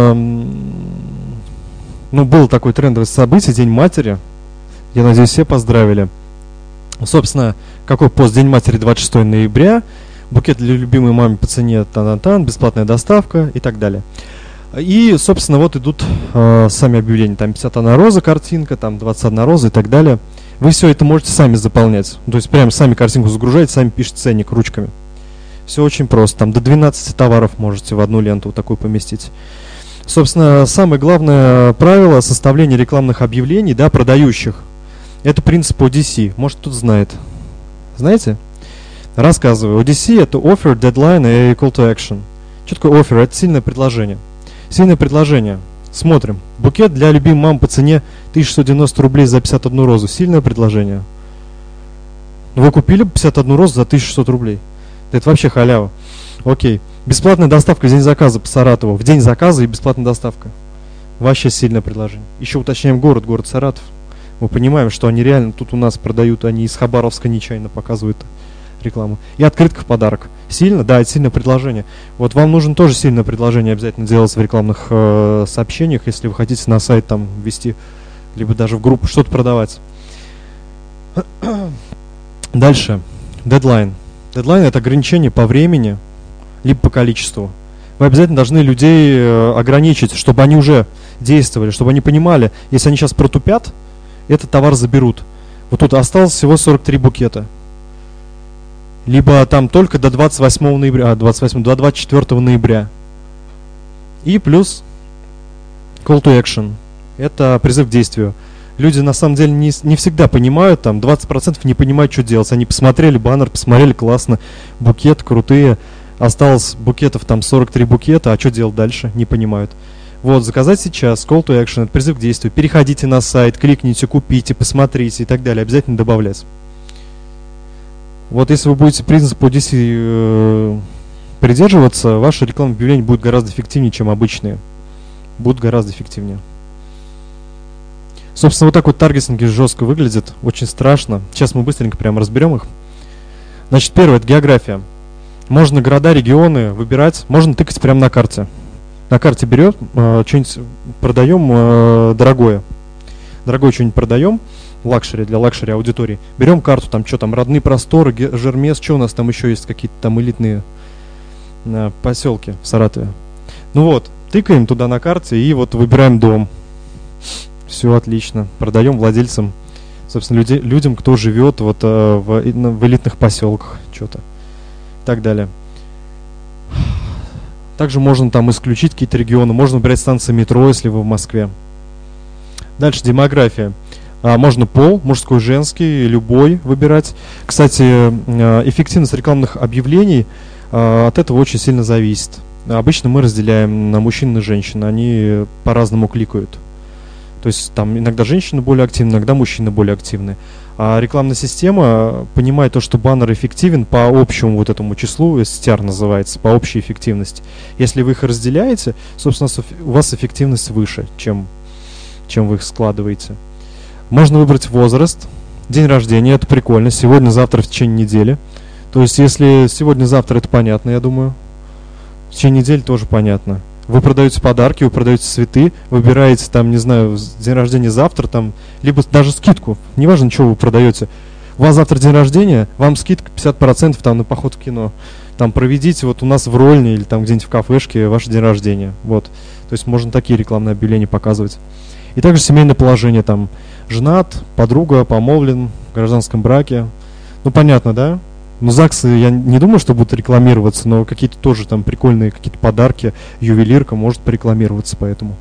ну, было такое трендовое событие, День матери. Я надеюсь, все поздравили. Собственно, какой пост? День матери 26 ноября. Букет для любимой мамы по цене тан-тан-тан, бесплатная доставка и так далее. И, собственно, вот идут сами объявления. Там 51 роза картинка, там 21 роза и так далее. Вы все это можете сами заполнять. То есть прямо сами картинку загружаете, сами пишете ценник ручками. Все очень просто. Там до 12 товаров можете в одну ленту вот такую поместить. Собственно, самое главное правило составления рекламных объявлений, да, продающих, это принцип ODC. Может, кто-то знает. Знаете? Рассказываю. ODC — это Offer, Deadline и Call to Action. Что такое Offer? Это сильное предложение. Сильное предложение. Смотрим. Букет для любимой мамы по цене 1190 рублей за 51 розу. Сильное предложение. Вы купили 51 розу за 1600 рублей. Это вообще халява. Окей. Бесплатная доставка в день заказа по Саратову. В день заказа и бесплатная доставка. Вообще сильное предложение. Еще уточняем город Саратов. Мы понимаем, что они реально тут у нас продают, они из Хабаровска нечаянно показывают рекламу. И открытка в подарок. Сильно? Да, это сильное предложение. Вот вам нужно тоже сильное предложение обязательно делать в рекламных сообщениях, если вы хотите на сайт там ввести, либо даже в группу что-то продавать. Дальше. Дедлайн. Дедлайн — это ограничение по времени, либо по количеству. Вы обязательно должны людей ограничить, чтобы они уже действовали, чтобы они понимали, если они сейчас протупят, этот товар заберут. Вот тут осталось всего 43 букета. Либо там только до 28 ноября, до 24 ноября. И плюс call to action. Это призыв к действию. Люди на самом деле не всегда понимают, там 20% не понимают, что делать. Они посмотрели баннер, посмотрели, классно, букет крутые. Осталось букетов там 43 букета, а что делать дальше? Не понимают. Вот, заказать сейчас, call to action, это призыв к действию. Переходите на сайт, кликните, купите, посмотрите и так далее. Обязательно добавлять. Вот если вы будете принцип ODC придерживаться, ваши рекламные объявления будут гораздо эффективнее, чем обычные. Будут гораздо эффективнее. Собственно, вот так вот таргетинги жестко выглядят, очень страшно. Сейчас мы быстренько прямо разберем их. Значит, первое, это география. Можно города, регионы выбирать, можно тыкать прямо на карте. На карте берем, что-нибудь продаем дорогое. Дорогое что-нибудь продаем, лакшери, для лакшери аудитории. Берем карту, там что там, родные просторы, Жермес, что у нас там еще есть, какие-то там элитные поселки в Саратове. Ну вот, тыкаем туда на карте и вот выбираем дом. Все отлично. Продаем владельцам, собственно, людям, кто живет вот в элитных поселках, что-то и так далее. Также можно там исключить какие-то регионы. Можно выбирать станции метро, если вы в Москве. Дальше демография. Можно пол, мужской, женский, любой выбирать. Кстати, эффективность рекламных объявлений от этого очень сильно зависит. Обычно мы разделяем на мужчин и женщин. Они по-разному кликают. То есть там иногда женщины более активны, иногда мужчины более активны. А рекламная система понимает то, что баннер эффективен по общему вот этому числу, STR называется, по общей эффективности. Если вы их разделяете, собственно, у вас эффективность выше, чем вы их складываете. Можно выбрать возраст, день рождения, это прикольно, сегодня, завтра, в течение недели. То есть если сегодня, завтра, это понятно, я думаю. В течение недели тоже понятно. Вы продаете подарки, вы продаете цветы, выбираете там, не знаю, день рождения завтра, там, либо даже скидку, неважно, что вы продаете. У вас завтра день рождения, вам скидка 50% там на поход в кино. Там проведите вот у нас в Рольне или там где-нибудь в кафешке ваш день рождения. Вот. То есть можно такие рекламные объявления показывать. И также семейное положение, там, женат, подруга, помолвлен, в гражданском браке. Ну, понятно, да? Ну, ЗАГСы, я не думаю, что будут рекламироваться, но какие-то тоже там прикольные какие-то подарки, ювелирка может порекламироваться, поэтому.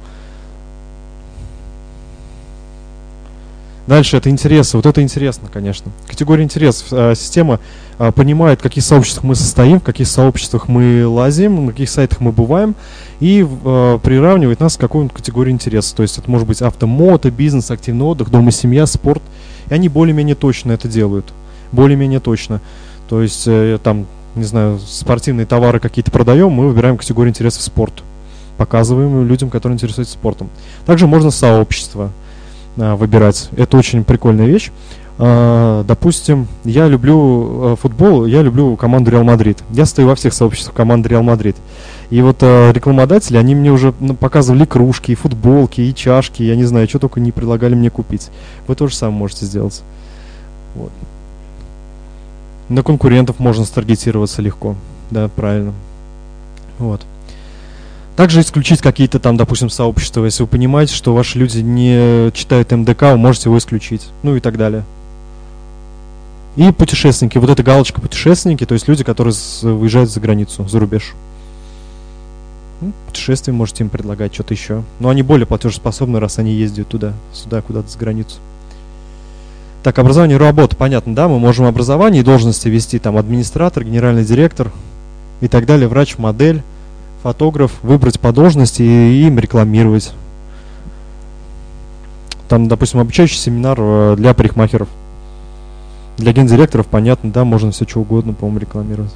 Дальше это интересы. Вот это интересно, конечно. Категория интересов. Система понимает, в каких сообществах мы состоим, в каких сообществах мы лазим, на каких сайтах мы бываем, и приравнивает нас к какой-нибудь категории интересов. То есть это может быть авто, мото, бизнес, активный отдых, дом и семья, спорт. И они более-менее точно это делают. Более-менее точно. То есть там, не знаю, спортивные товары какие-то продаем, мы выбираем категорию интересов спорт. Показываем людям, которые интересуются спортом. Также можно сообщество выбирать. Это очень прикольная вещь. Допустим, я люблю футбол, я люблю команду Реал Мадрид. Я стою во всех сообществах команды Реал Мадрид. И вот рекламодатели, они мне уже показывали кружки, и футболки, и чашки, я не знаю, что только не предлагали мне купить. Вы то же самое можете сделать. Вот. На конкурентов можно старгетироваться легко. Да, правильно. Вот. Также исключить какие-то там, допустим, сообщества. Если вы понимаете, что ваши люди не читают МДК, вы можете его исключить. Ну и так далее. И путешественники. Вот эта галочка путешественники, то есть люди, которые выезжают за границу, за рубеж. Путешествия можете им предлагать, что-то еще. Но они более платежеспособны, раз они ездят туда, сюда, куда-то за границу. Так, образование и работа, понятно, да? Мы можем образование и должности вести, там, администратор, генеральный директор и так далее, врач, модель, фотограф, выбрать по должности и им рекламировать. Там, допустим, обучающий семинар для парикмахеров. Для гендиректоров, понятно, да, можно все что угодно, по-моему, рекламировать.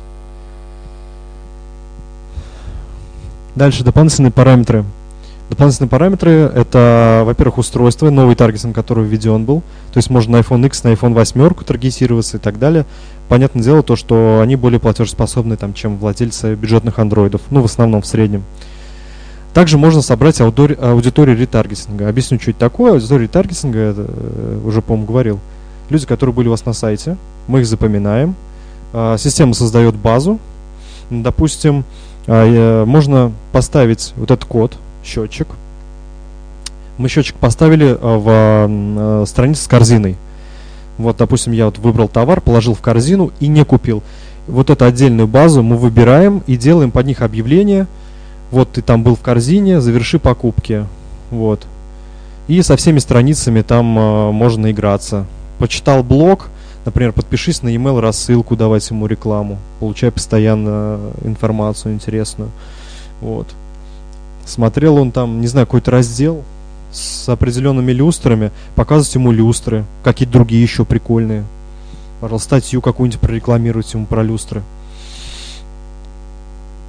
Дальше дополнительные параметры. Дополнительные параметры — это, во-первых, устройство, новый таргетинг, который введен был. То есть можно на iPhone X, на iPhone 8 таргетироваться и так далее. Понятное дело, то, что они более платежеспособны, там, чем владельцы бюджетных андроидов. Ну, в основном, в среднем. Также можно собрать аудиторию ретаргетинга. Объясню, что это такое. Аудитория ретаргетинга, это, уже, по-моему, говорил. Люди, которые были у вас на сайте, мы их запоминаем. Система создает базу. Допустим, можно поставить вот этот код, счетчик. Мы счетчик поставили в странице с корзиной. Вот, допустим, я вот выбрал товар, положил в корзину и не купил. Вот эту отдельную базу мы выбираем и делаем под них объявление. Вот ты там был в корзине, заверши покупки. Вот. И со всеми страницами там можно играться. Почитал блог, например, подпишись на e-mail рассылку, давать ему рекламу. Получай постоянно информацию интересную. Вот. Смотрел он там, не знаю, какой-то раздел с определенными люстрами, показывать ему люстры, какие-то другие еще прикольные. Пожалуйста, статью какую-нибудь прорекламируйте ему про люстры.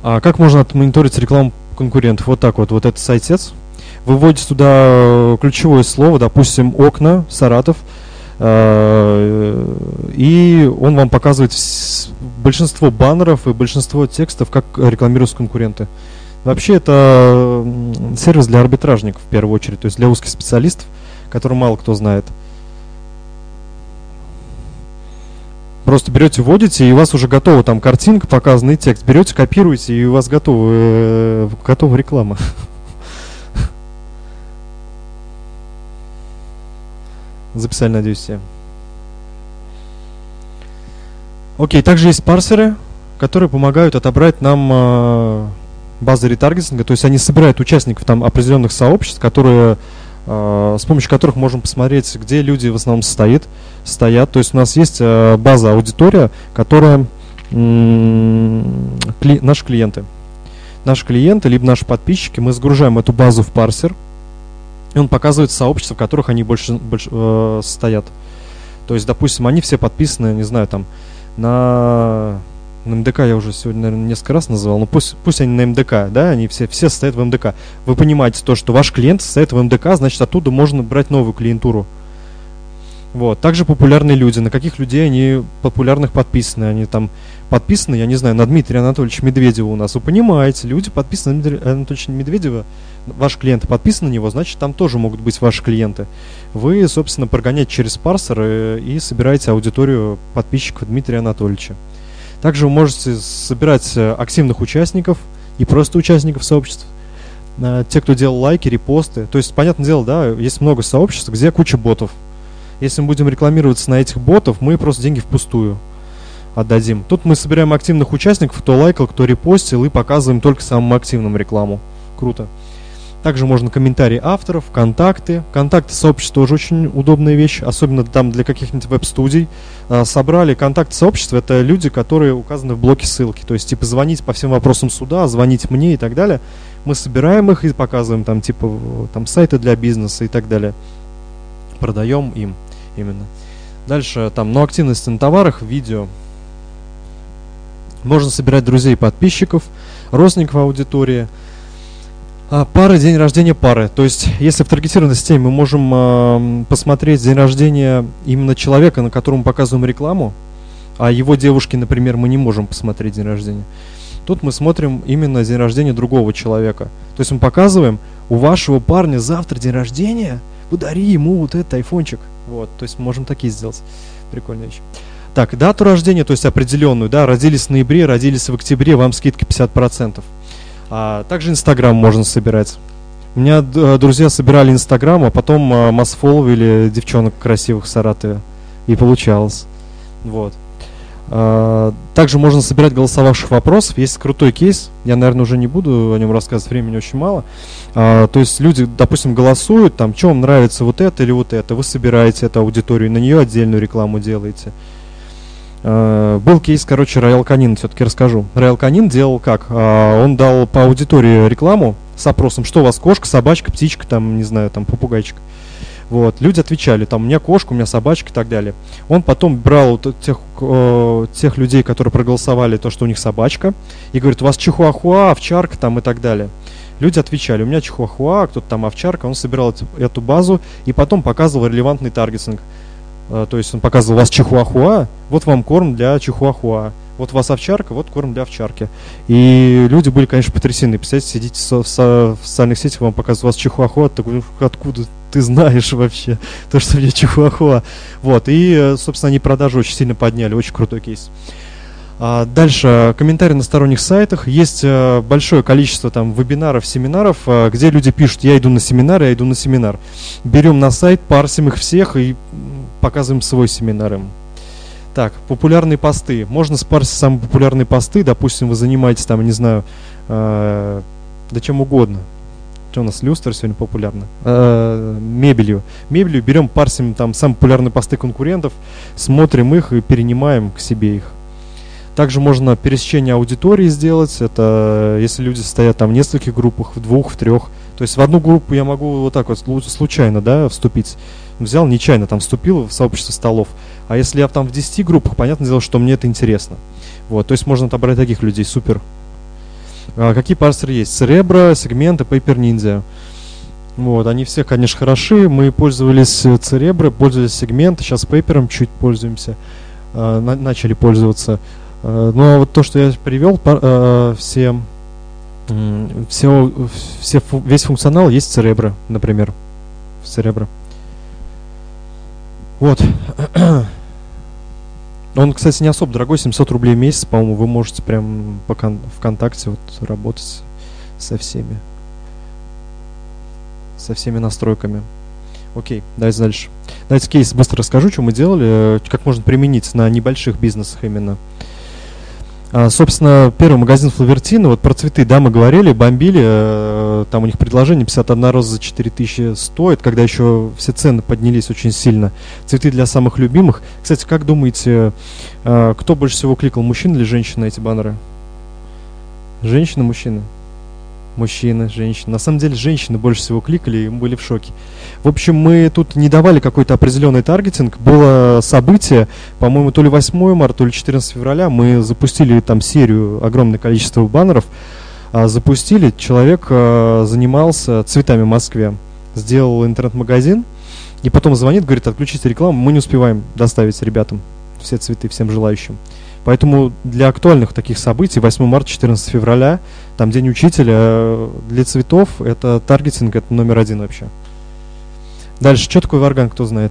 А как можно отмониторить рекламу конкурентов? Вот так вот. Вот это сайтец. Вы вводите туда ключевое слово, допустим, окна, Саратов, и он вам показывает большинство баннеров и большинство текстов, как рекламируются конкуренты. Вообще это сервис для арбитражников в первую очередь, то есть для узких специалистов, которые мало кто знает. Просто берете, вводите, и у вас уже готова там картинка, показанный текст. Берете, копируете, и у вас готова реклама. Записали, надеюсь, все. Окей, также есть парсеры, которые помогают отобрать нам базы ретаргетинга. То есть они собирают участников там определенных сообществ, которые, с помощью которых можем посмотреть, где люди в основном стоят. То есть у нас есть база аудитория, которая наши клиенты. Наши клиенты, либо наши подписчики. Мы загружаем эту базу в парсер. И он показывает сообщества, в которых они больше стоят. То есть, допустим, они все подписаны, не знаю, там, на МДК я уже сегодня, наверное, несколько раз называл, но пусть они на МДК, да, они все состоят в МДК. Вы понимаете то, что ваш клиент состоит в МДК, значит, оттуда можно брать новую клиентуру. Вот. Также популярные люди. На каких людей они популярных подписаны? Они там подписаны, я не знаю, на Дмитрия Анатольевича Медведева у нас. Вы понимаете, люди подписаны на Дмитрия Анатольевича Медведева, ваши клиенты подписаны на него, значит, там тоже могут быть ваши клиенты. Вы, собственно, прогоняете через парсер и собираете аудиторию подписчиков Дмитрия Анатольевича. Также вы можете собирать активных участников и просто участников сообществ. Те, кто делал лайки, репосты. То есть, понятное дело, да, есть много сообществ, где куча ботов. Если мы будем рекламироваться на этих ботов, мы просто деньги впустую отдадим. Тут мы собираем активных участников, кто лайкал, кто репостил, и показываем только самым активным рекламу. Круто. Также можно комментарии авторов, контакты. Контакты сообщества тоже очень удобная вещь, особенно там для каких-нибудь веб-студий. Собрали контакты сообщества, это люди, которые указаны в блоке ссылки. То есть, типа, звонить по всем вопросам суда, звонить мне и так далее. Мы собираем их и показываем там, типа, там, сайты для бизнеса и так далее. Продаем им именно. Дальше там, ну, активность на товарах, видео. Можно собирать друзей и подписчиков, родственников аудитории. Пары, день рождения пары. То есть, если в таргетированной системе мы можем посмотреть день рождения именно человека, на котором мы показываем рекламу, а его девушки, например, мы не можем посмотреть день рождения. Тут мы смотрим именно день рождения другого человека. То есть мы показываем, у вашего парня завтра день рождения, подари ему вот этот айфончик. Вот, то есть мы можем такие сделать. Прикольная вещь. Так, дату рождения, то есть определенную, да, родились в ноябре, родились в октябре, вам скидка 50%. Также Инстаграм можно собирать. У меня друзья собирали Инстаграм, а потом масфоловили девчонок красивых в Саратове. И получалось. Вот. Также можно собирать голосовавших вопросов. Есть крутой кейс. Я, наверное, уже не буду о нем рассказывать, времени очень мало. То есть люди, допустим, голосуют, там, что вам нравится, вот это или вот это. Вы собираете эту аудиторию, на нее отдельную рекламу делаете. Был кейс, короче, Роял Канин, все-таки расскажу. Роял Канин делал как? Он дал по аудитории рекламу с опросом, что у вас, кошка, собачка, птичка, там, не знаю, там, попугайчик. Вот, люди отвечали, там, у меня кошка, у меня собачка и так далее. Он потом брал вот тех людей, которые проголосовали, то, что у них собачка, и говорит, у вас чихуахуа, овчарка, там, и так далее. Люди отвечали, у меня чихуахуа, кто-то там овчарка, он собирал эту базу и потом показывал релевантный таргетинг. То есть он показывал, у вас чихуахуа, вот вам корм для чихуахуа. Вот у вас овчарка, вот корм для овчарки. И люди были, конечно, потрясены. Представляете, сидите в социальных сетях, вам показывают, у вас чихуахуа, такой, откуда ты знаешь вообще, то, что у меня чихуахуа. Вот, и, собственно, они продажи очень сильно подняли, очень крутой кейс. Дальше, комментарии на сторонних сайтах. Есть большое количество там вебинаров, семинаров, где люди пишут, я иду на семинар, я иду на семинар. Берем на сайт, парсим их всех и показываем свой семинар им. Так, популярные посты. Можно спарсить самые популярные посты. Допустим, вы занимаетесь там, не знаю, да чем угодно. Что у нас, люстра сегодня популярна? Мебелью. Мебелью берем, парсим там самые популярные посты конкурентов, смотрим их и перенимаем к себе их. Также можно пересечение аудитории сделать. Это если люди стоят там в нескольких группах, в двух, в трех. То есть в одну группу я могу вот так вот случайно, да, вступить. Взял, нечаянно там вступил в сообщество столов. А если я там в 10 группах, понятное дело, что мне это интересно. Вот, то есть можно отобрать таких людей, супер. Какие парсеры есть? Cerebro, Segment и Paper Ninja. Вот, они все, конечно, хороши. Мы пользовались Cerebro, пользовались Segment, сейчас Paper чуть пользуемся. Начали пользоваться. Но вот то, что я привел, весь функционал есть в Cerebro, например. В Cerebro. Вот. Он, кстати, не особо дорогой, 700 рублей в месяц, по-моему, вы можете прям ВКонтакте вот работать со всеми настройками. Окей, давайте дальше. Давайте кейс быстро расскажу, что мы делали, как можно применить на небольших бизнесах именно. Собственно, первый магазин Флавертина, вот про цветы, да, мы говорили, бомбили, там у них предложение 51 роза за 4000 стоит, когда еще все цены поднялись очень сильно. Цветы для самых любимых. Кстати, как думаете, кто больше всего кликал, мужчина или женщина, на эти баннеры? Женщина, мужчина? Мужчины, женщины. На самом деле женщины больше всего кликали и были в шоке. В общем, мы тут не давали какой-то определенный таргетинг. Было событие, по-моему, то ли 8 марта, то ли 14 февраля. Мы запустили там серию, огромное количество баннеров. Запустили. Человек занимался цветами в Москве. Сделал интернет-магазин. И потом звонит, говорит, отключите рекламу. Мы не успеваем доставить ребятам все цветы всем желающим. Поэтому для актуальных таких событий 8 марта, 14 февраля, там День учителя, для цветов это таргетинг, это номер один вообще. Дальше, что такое варган, кто знает?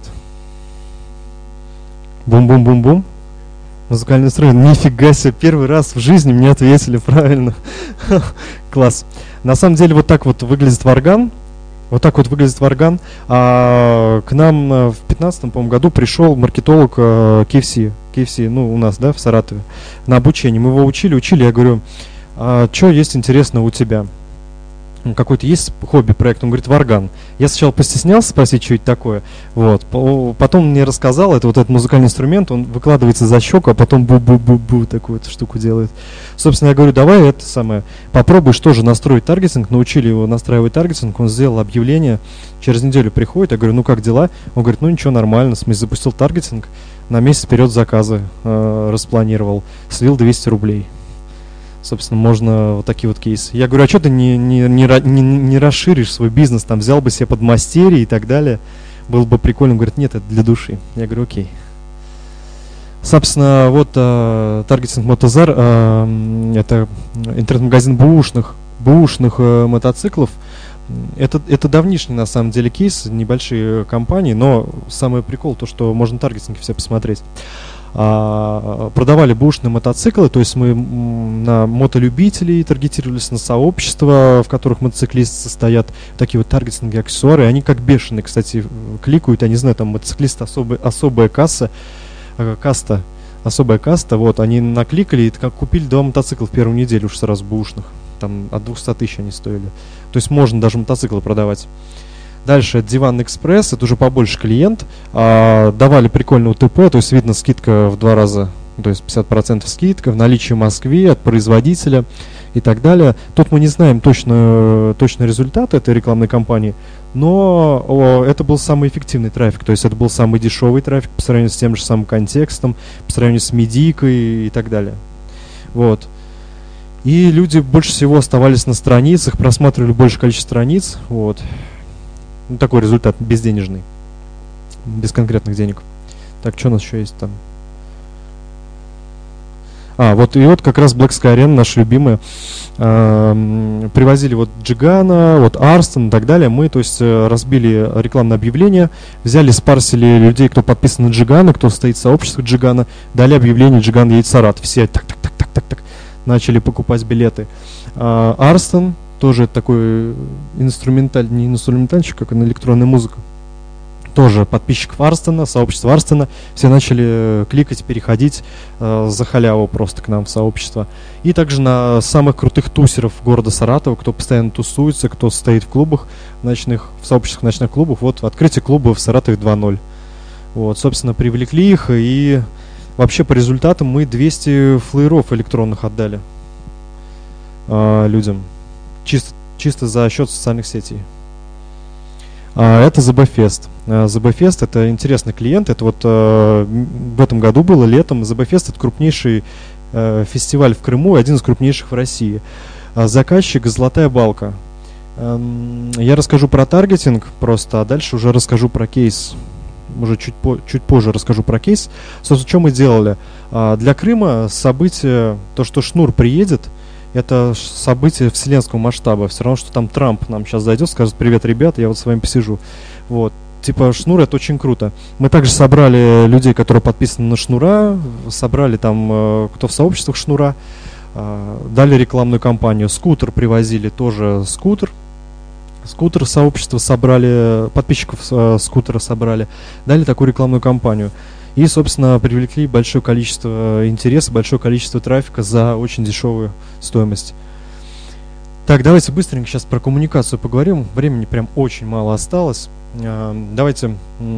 Бум-бум-бум-бум. Музыкальный инструмент. Нифига себе, первый раз в жизни мне ответили правильно. Класс. На самом деле вот так вот выглядит варган. Вот так вот выглядит варган. К нам в 2015, по-моему, году пришел маркетолог KFC, ну, у нас, да, в Саратове, на обучение. Мы его учили. Я говорю, что есть интересно у тебя? Какой-то есть хобби-проект? Он говорит, варган. Я сначала постеснялся спросить, что это такое. Вот. Потом мне рассказал, это вот этот музыкальный инструмент, он выкладывается за щеку, а потом бу-бу-бу-бу такую вот штуку делает. Собственно, я говорю, давай это самое, попробуй что же настроить таргетинг. Научили его настраивать таргетинг, он сделал объявление, через неделю приходит, я говорю, ну как дела? Он говорит, ну ничего, нормально, в смысле, запустил таргетинг, на месяц вперед заказы распланировал, слил 200 рублей. Собственно, можно вот такие вот кейсы. Я говорю, а что ты не расширишь свой бизнес, там взял бы себе подмастерье и так далее, было бы прикольно. Он говорит, нет, это для души. Я говорю, окей. Собственно, вот таргетинг Мотозар, это интернет-магазин бэушных мотоциклов. Это давнишний, на самом деле, кейс, небольшие компании, но самый прикол то, что можно таргетинги все посмотреть. Продавали бэушные мотоциклы, то есть мы на мотолюбителей таргетировались, на сообщества, в которых мотоциклисты состоят, такие вот таргетинги, аксессуары, они как бешеные, кстати, кликают, я не знаю, там мотоциклист особая каста, вот, они накликали и купили 2 мотоцикла в первую неделю уж сразу бэушных, там от 200 тысяч они стоили, то есть можно даже мотоциклы продавать. Дальше Диван Экспресс, это уже побольше клиент. Давали прикольный УТП, то есть видно скидка в 2 раза, то есть 50% скидка в наличии в Москве от производителя и так далее. Тут мы не знаем точно результаты этой рекламной кампании, но это был самый эффективный трафик, то есть это был самый дешевый трафик по сравнению с тем же самым контекстом, по сравнению с медийкой и так далее. Вот. И люди больше всего оставались на страницах, просматривали большее количество страниц, вот. Ну, такой результат безденежный, без конкретных денег. Так, что у нас еще есть там? Вот как раз Black Sky Arena, наша любимая. Привозили вот Джигана, вот Арстон и так далее. Мы, то есть, разбили рекламное объявление, взяли, спарсили людей, кто подписан на Джигана, кто стоит в сообществе Джигана, дали объявление, Джиган едет в Саратов. Все так начали покупать билеты. Арстон тоже такой не инструментальщик, как электронная музыка. Тоже подписчиков Арстона, сообщество Арстона. Все начали кликать, переходить за халяву просто к нам в сообщество. И также на самых крутых тусеров города Саратова, кто постоянно тусуется, кто стоит в клубах ночных, в сообществах ночных клубов. Вот открытие клуба в Саратове 2.0. Вот, собственно, привлекли их. И вообще по результатам мы 200 флееров электронных отдали людям. Чисто за счет социальных сетей. Это ZBFest. ZBFest это интересный клиент. Это вот в этом году было летом. ZBFest это крупнейший фестиваль в Крыму, один из крупнейших в России. Заказчик «Золотая балка». Я расскажу про таргетинг просто, а дальше уже расскажу про кейс. Уже чуть позже расскажу про кейс. Собственно, что мы делали? Для Крыма событие, то, что Шнур приедет, это событие вселенского масштаба. Все равно, что там Трамп нам сейчас зайдет, скажет: привет, ребята, я вот с вами посижу. Вот. Типа Шнур — это очень круто. Мы также собрали людей, которые подписаны на Шнура, собрали там, кто в сообществах Шнура, дали рекламную кампанию. Скутер привозили, тоже скутер. Скутер сообщества собрали, подписчиков скутера собрали, дали такую рекламную кампанию. И, собственно, привлекли большое количество интереса, большое количество трафика за очень дешевую стоимость. Так, давайте быстренько сейчас про коммуникацию поговорим. Времени прям очень мало осталось. Давайте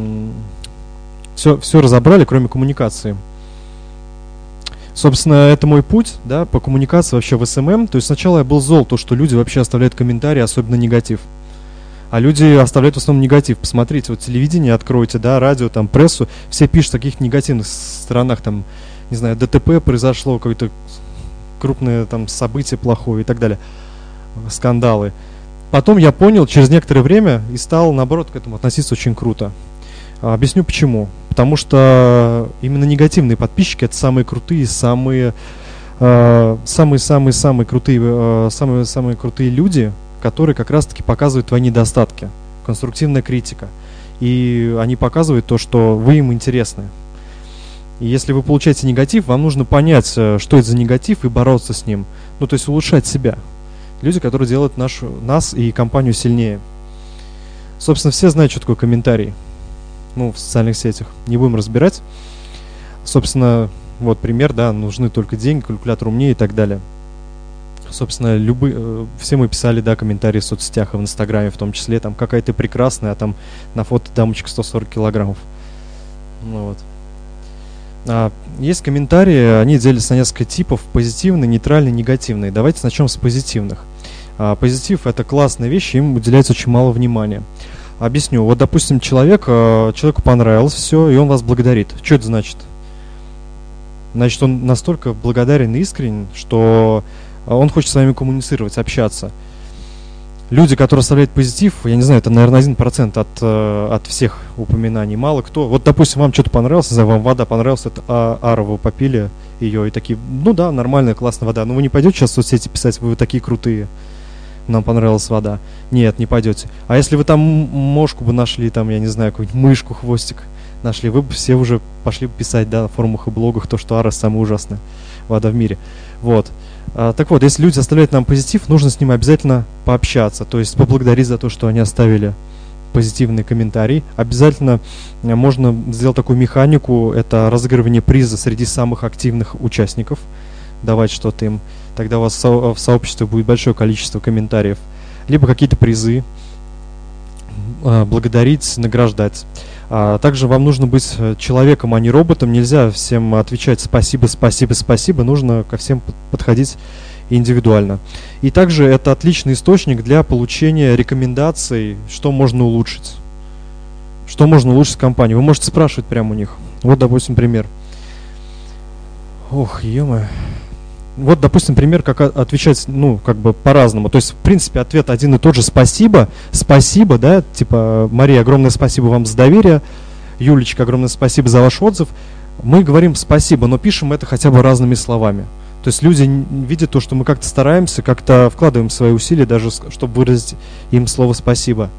все разобрали, кроме коммуникации. Собственно, это мой путь, да, по коммуникации вообще в СММ. То есть сначала я был зол, то, что люди вообще оставляют комментарии, особенно негатив. А люди оставляют в основном негатив. Посмотрите, вот телевидение откройте, да, радио, там, прессу. Все пишут о таких негативных сторонах, там, не знаю, ДТП произошло, какое-то крупное там событие плохое и так далее. Скандалы. Потом я понял через некоторое время и стал, наоборот, к этому относиться очень круто. Объясню почему. Потому что именно негативные подписчики — это самые крутые, самые крутые люди, которые как раз-таки показывают твои недостатки. Конструктивная критика. И они показывают то, что вы им интересны. И если вы получаете негатив, вам нужно понять, что это за негатив, и бороться с ним. Ну, то есть улучшать себя. Люди, которые делают нас и компанию сильнее. Собственно, все знают, что такое комментарий. Ну, в социальных сетях. Не будем разбирать. Собственно, вот пример, да, нужны только деньги, калькулятор умнее и так далее. Собственно, все мы писали, да, комментарии в соцсетях и в Инстаграме в том числе, там, какая ты прекрасная, а там на фото дамочка 140 килограммов. Ну, вот. Есть комментарии, они делятся на несколько типов: позитивный, нейтральный, негативный. Давайте начнем с позитивных. Позитив — это классная вещь, им уделяется очень мало внимания. Объясню. Вот, допустим, человеку понравилось все, и он вас благодарит. Что это значит? Значит, он настолько благодарен и искренен, что он хочет с вами коммуницировать, общаться. Люди, которые оставляют позитив, я не знаю, это, наверное, 1% от всех упоминаний. Мало кто. Вот, допустим, вам что-то понравилось, не знаю, вам вода понравилась, это Ара, вы попили ее и такие: ну да, нормальная, классная вода. Но вы не пойдете сейчас в соцсети писать: вы такие крутые, нам понравилась вода. Нет, не пойдете. А если вы там мошку бы нашли, там, я не знаю, какую-нибудь мышку, хвостик нашли, вы бы все уже пошли бы писать, да, на форумах и блогах то, что Ара самая ужасная вода в мире. Вот. Так вот, если люди оставляют нам позитив, нужно с ними обязательно пообщаться, то есть поблагодарить за то, что они оставили позитивный комментарий. Обязательно можно сделать такую механику: это разыгрывание приза среди самых активных участников, давать что-то им. Тогда у вас в сообществе будет большое количество комментариев. Либо какие-то призы, благодарить, награждать. Также вам нужно быть человеком, а не роботом. Нельзя всем отвечать спасибо, спасибо, спасибо. Нужно ко всем подходить индивидуально. И также это отличный источник для получения рекомендаций, что можно улучшить. Что можно улучшить в компании. Вы можете спрашивать прямо у них. Вот, допустим, пример. Ох, ё-моё. Вот, допустим, пример, как отвечать, ну, как бы по-разному. То есть, в принципе, ответ один и тот же: спасибо, спасибо, да, типа: Мария, огромное спасибо вам за доверие, Юлечка, огромное спасибо за ваш отзыв. Мы говорим спасибо, но пишем это хотя бы разными словами. То есть люди видят то, что мы как-то стараемся, как-то вкладываем свои усилия, даже чтобы выразить им слово спасибо.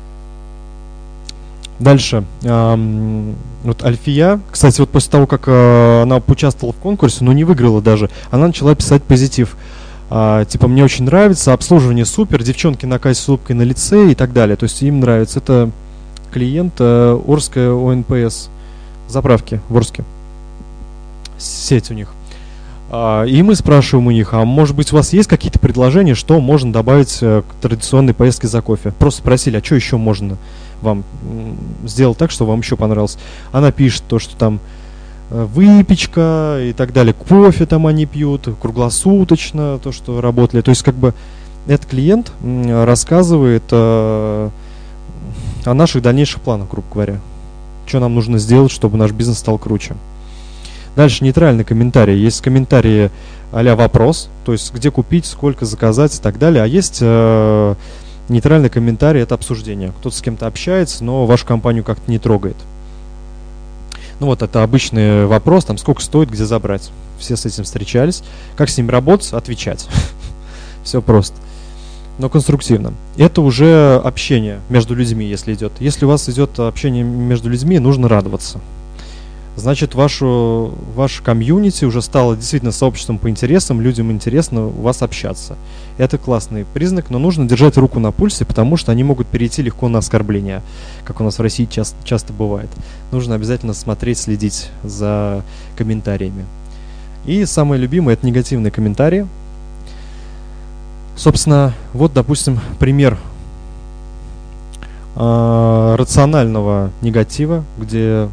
Дальше. Вот Альфия, кстати, вот после того, как она поучаствовала в конкурсе, но не выиграла даже, она начала писать позитив. Типа: мне очень нравится, обслуживание супер, девчонки на кассе с улыбкой на лице и так далее. То есть им нравится. Это клиент Орская ОНПС, заправки в Орске. Сеть у них. И мы спрашиваем у них: а может быть у вас есть какие-то предложения, что можно добавить к традиционной поездке за кофе? Просто спросили: а что еще можно вам сделать так, чтобы вам еще понравилось? Она пишет то, что там выпечка и так далее, кофе там они пьют круглосуточно, то, что работали. То есть как бы этот клиент рассказывает о наших дальнейших планах, грубо говоря. Что нам нужно сделать, чтобы наш бизнес стал круче. Дальше нейтральный комментарий. Есть комментарии а-ля вопрос, то есть где купить, сколько заказать и так далее. А есть нейтральный комментарий, это обсуждение. Кто-то с кем-то общается, но вашу компанию как-то не трогает. Ну вот, это обычный вопрос, там сколько стоит, где забрать. Все с этим встречались. Как с ним работать? Отвечать. Все просто. Но конструктивно. Это уже общение между людьми, если идет. Если у вас идет общение между людьми, нужно радоваться. Значит, ваше комьюнити уже стало действительно сообществом по интересам, людям интересно у вас общаться. Это классный признак, но нужно держать руку на пульсе, потому что они могут перейти легко на оскорбления, как у нас в России часто бывает. Нужно обязательно смотреть, следить за комментариями. И самое любимое — это негативные комментарии. Собственно, вот, допустим, пример рационального негатива, где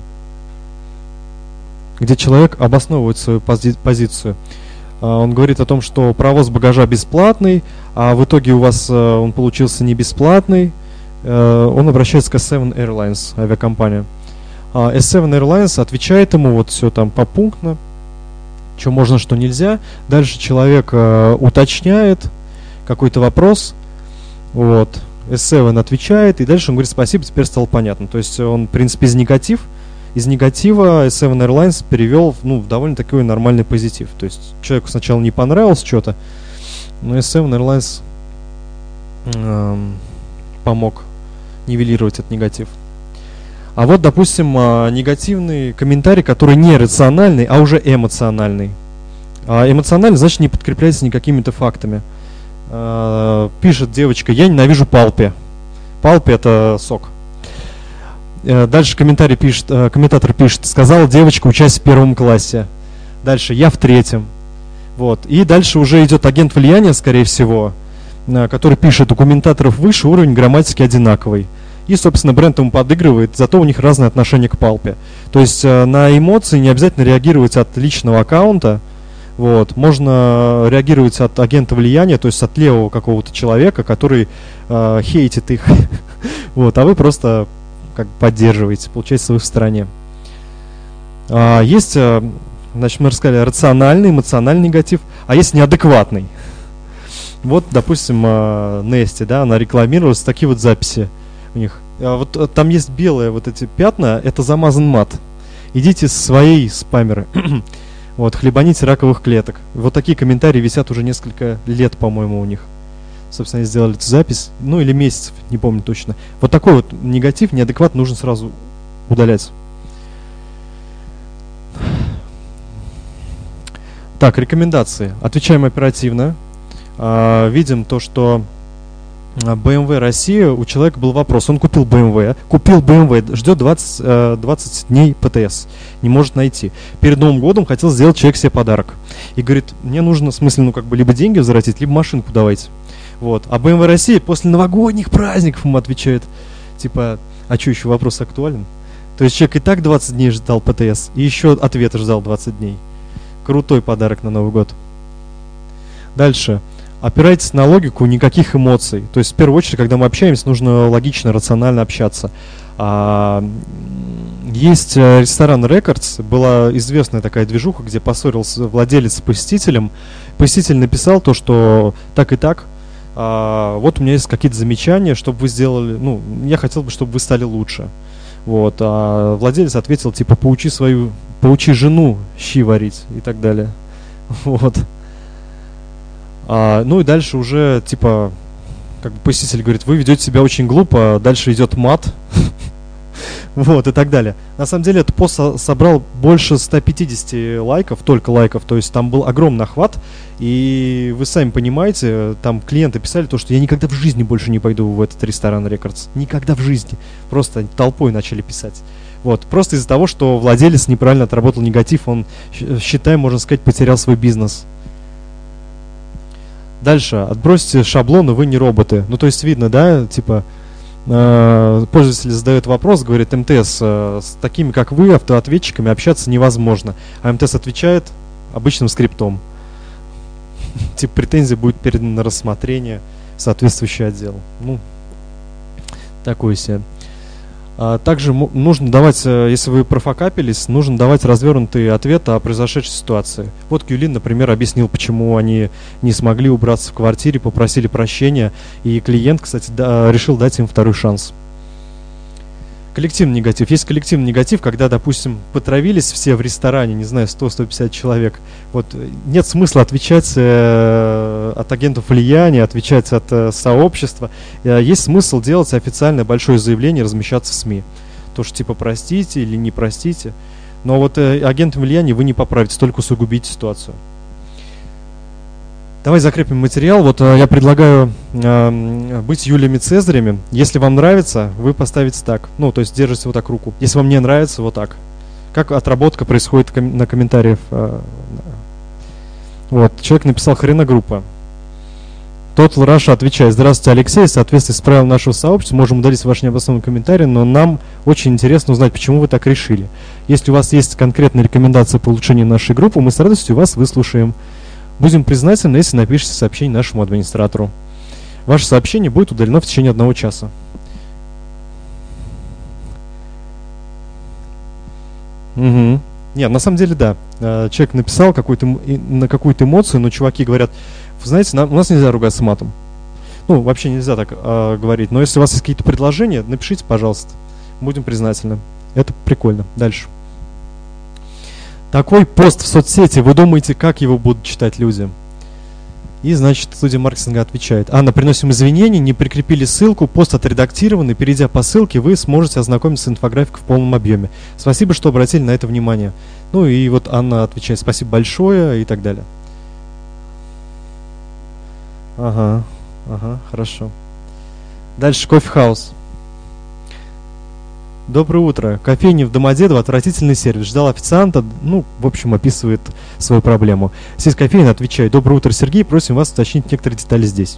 человек обосновывает свою позицию. Он говорит о том, что провоз багажа бесплатный, а в итоге у вас он получился не бесплатный. Он обращается к S7 Airlines, авиакомпания. S7 Airlines отвечает ему вот все там попунктно, что можно, что нельзя. Дальше человек уточняет какой-то вопрос, вот, S7 отвечает, и дальше он говорит спасибо, теперь стало понятно. То есть он, в принципе, из негатива S7 Airlines перевел в довольно такой нормальный позитив. То есть человеку сначала не понравилось что-то, но S7 Airlines помог нивелировать этот негатив. А вот, допустим, негативный комментарий, который не рациональный, а уже эмоциональный. Эмоциональный, значит, не подкрепляется никакими-то фактами. Пишет девочка: я ненавижу Палпи. Палпи — это сок. Дальше комментатор пишет: сказала девочка, учась в 1 классе. Дальше: я в 3. Вот. И дальше уже идет агент влияния, скорее всего, который пишет: у комментаторов выше, уровень грамматики одинаковый. И, собственно, бренд ему подыгрывает, зато у них разное отношение к Палпе. То есть на эмоции не обязательно реагировать от личного аккаунта. Вот. Можно реагировать от агента влияния, то есть от левого какого-то человека, который хейтит их. Вот. А вы просто как поддерживаете, получается, вы в стороне. Есть, значит, мы рассказали рациональный, эмоциональный негатив, а есть неадекватный. Вот, допустим, Нести, да, она рекламировалась, такие вот записи у них. Вот там есть белые вот эти пятна, это замазан мат. Идите с своей спамеры. Вот, хлебаните раковых клеток. Вот такие комментарии висят уже несколько лет, по-моему, у них. Собственно, они сделали эту запись, или месяцев, не помню точно. Вот такой вот негатив, неадекват, нужно сразу удалять. Так, рекомендации. Отвечаем оперативно. Видим то, что BMW Россия, у человека был вопрос. Он купил BMW, ждет 20 дней ПТС, не может найти. Перед Новым годом хотел сделать человек себе подарок. И говорит: мне нужно, в смысле, либо деньги возвратить, либо машинку давайте. Вот. А BMW Россия после новогодних праздников ему отвечает, типа: а что, еще вопрос актуален? То есть человек и так 20 дней ждал ПТС, и еще ответа ждал 20 дней. Крутой подарок на Новый год. Дальше. Опирайтесь на логику, никаких эмоций. То есть, в первую очередь, когда мы общаемся, нужно логично, рационально общаться. Есть ресторан Records, была известная такая движуха, где поссорился владелец с посетителем. Посетитель написал то, что так и так, вот у меня есть какие-то замечания, чтобы вы сделали, я хотел бы, чтобы вы стали лучше. Вот. А владелец ответил, типа: поучи жену щи варить и так далее. Вот. И дальше уже, типа, как бы посетитель говорит: вы ведете себя очень глупо, дальше идет мат. Вот, и так далее. На самом деле, этот пост собрал больше 150 лайков, только лайков, то есть там был огромный охват, и вы сами понимаете, там клиенты писали то, что я никогда в жизни больше не пойду в этот ресторан Records. Никогда в жизни. Просто толпой начали писать. Вот, просто из-за того, что владелец неправильно отработал негатив, он, считай, можно сказать, потерял свой бизнес. Дальше. Отбросьте шаблоны, вы не роботы. То есть видно, да, типа, пользователь задает вопрос, говорит: МТС, с такими, как вы, автоответчиками общаться невозможно. А МТС отвечает обычным скриптом. Типа, претензия будет передана на рассмотрение в соответствующий отдел. Такой себе. Также нужно давать, если вы профокапились, нужно давать развернутый ответ о произошедшей ситуации. Вот Кюлин, например, объяснил, почему они не смогли убраться в квартире, попросили прощения, и клиент, кстати, решил дать им второй шанс. Коллективный негатив. Есть коллективный негатив, когда, допустим, потравились все в ресторане, не знаю, 100-150 человек. Вот нет смысла отвечать от агентов влияния, отвечать от сообщества. Есть смысл делать официальное большое заявление, размещаться в СМИ. То, что типа простите или не простите. Но вот агентом влияния вы не поправите, только усугубите ситуацию. Давай закрепим материал. Вот я предлагаю быть Юлиями Цезарями. Если вам нравится, вы поставите так. Ну, то есть держите вот так руку. Если вам не нравится, вот так. Как отработка происходит на комментариях. Вот, человек написал хреногруппа. Total Russia отвечает: здравствуйте, Алексей. В соответствии с правилами нашего сообщества можем удалить ваш необоснованный комментарий, но нам очень интересно узнать, почему вы так решили. Если у вас есть конкретная рекомендация по улучшению нашей группы, мы с радостью вас выслушаем. Будем признательны, если напишите сообщение нашему администратору. Ваше сообщение будет удалено в течение 1 часа. Угу. Нет, на самом деле, да. Человек написал на какую-то эмоцию, но чуваки говорят: вы знаете, у нас нельзя ругаться матом. Ну, вообще нельзя так говорить. Но если у вас есть какие-то предложения, напишите, пожалуйста. Будем признательны. Это прикольно. Дальше. Такой пост в соцсети, вы думаете, как его будут читать люди? И, значит, студия маркетинга отвечает: Анна, приносим извинения, не прикрепили ссылку, пост отредактированный, перейдя по ссылке, вы сможете ознакомиться с инфографикой в полном объеме. Спасибо, что обратили на это внимание. Ну и вот Анна отвечает: спасибо большое и так далее. Ага, хорошо. Дальше, кофе-хаус. Доброе утро. Кофейня в Домодедово, отвратительный сервис. Ждал официанта, в общем, описывает свою проблему. Сеть кофейни отвечает: доброе утро, Сергей, просим вас уточнить некоторые детали здесь.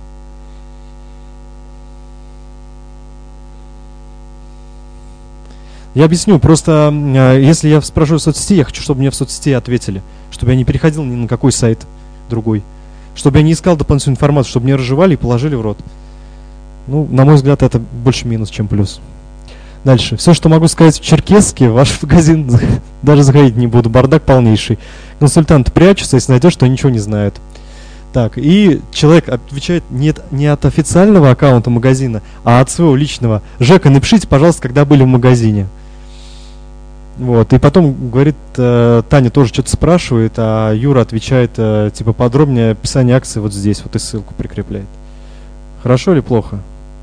Я объясню, просто если я спрошу в соцсети, я хочу, чтобы мне в соцсети ответили, чтобы я не переходил ни на какой сайт другой, чтобы я не искал дополнительную информацию, чтобы мне разжевали и положили в рот. На мой взгляд, это больше минус, чем плюс. Дальше. Все, что могу сказать в Черкесске, в ваш магазин даже заходить не буду. Бардак полнейший. Консультанты прячутся, если найдешь, то ничего не знают. Так, и человек отвечает не от официального аккаунта магазина, а от своего личного. Жека, напишите, пожалуйста, когда были в магазине. Вот. И потом говорит, Таня тоже что-то спрашивает, а Юра отвечает, типа, подробнее описание акции вот здесь, вот и ссылку прикрепляет. Хорошо или плохо?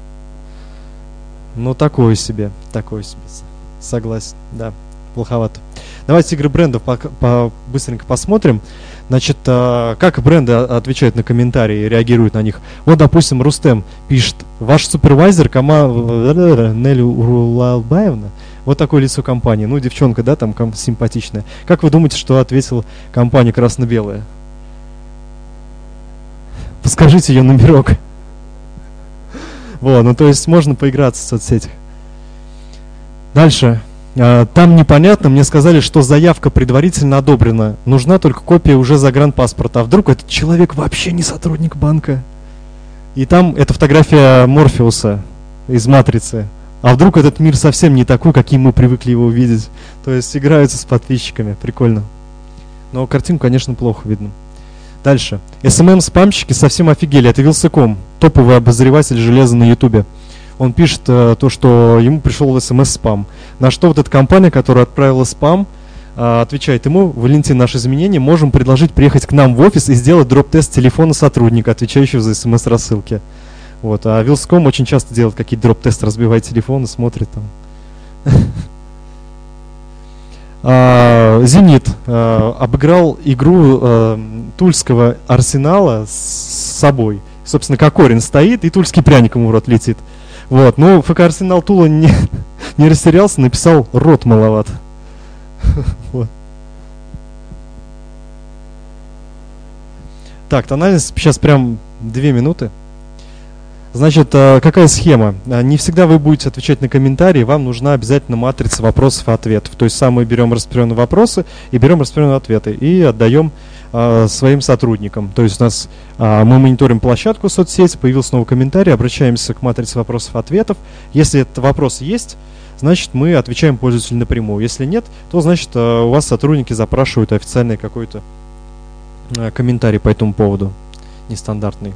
Такое себе. Согласен, да, плоховато. Давайте игры брендов быстренько посмотрим. Значит, как бренды отвечают на комментарии, реагируют на них. Вот, допустим, Рустем пишет: ваш супервайзер, Нелли Уралбаевна. Вот такое лицо компании. Девчонка, да, там симпатичная. Как вы думаете, что ответила компания красно-белая? Подскажите ее номерок. Вот, то есть можно поиграться в соцсетях. Дальше. Там непонятно, мне сказали, что заявка предварительно одобрена. Нужна только копия уже загранпаспорта. А вдруг этот человек вообще не сотрудник банка? И там это фотография Морфеуса из «Матрицы». А вдруг этот мир совсем не такой, каким мы привыкли его видеть? То есть играются с подписчиками. Прикольно. Но картинку, конечно, плохо видно. Дальше. СММ-спамщики совсем офигели. Это Вилсаком, топовый обозреватель железа на Ютубе. Он пишет то, что ему пришел СМС-спам. На что вот эта компания, которая отправила спам, отвечает ему: Валентин, наши изменения, можем предложить приехать к нам в офис и сделать дроп-тест телефона сотрудника, отвечающего за СМС-рассылки. Вот. А Вилсаком очень часто делает какие-то дроп-тесты, разбивает телефон и смотрит там. Зенит обыграл игру тульского Арсенала с собой. Собственно, Кокорин стоит, и тульский пряник ему в рот летит. Вот. ФК Арсенал Тула не растерялся, написал: рот маловат. Вот. Так, тональность сейчас прям 2 минуты. Значит, какая схема? Не всегда вы будете отвечать на комментарии, вам нужна обязательно матрица вопросов и ответов. То есть мы берем распределенные вопросы и берем распределенные ответы и отдаем своим сотрудникам. То есть у нас мы мониторим площадку соцсети, появился новый комментарий, обращаемся к матрице вопросов и ответов. Если этот вопрос есть, значит, мы отвечаем пользователю напрямую. Если нет, то, значит, у вас сотрудники запрашивают официальный какой-то комментарий по этому поводу, нестандартный.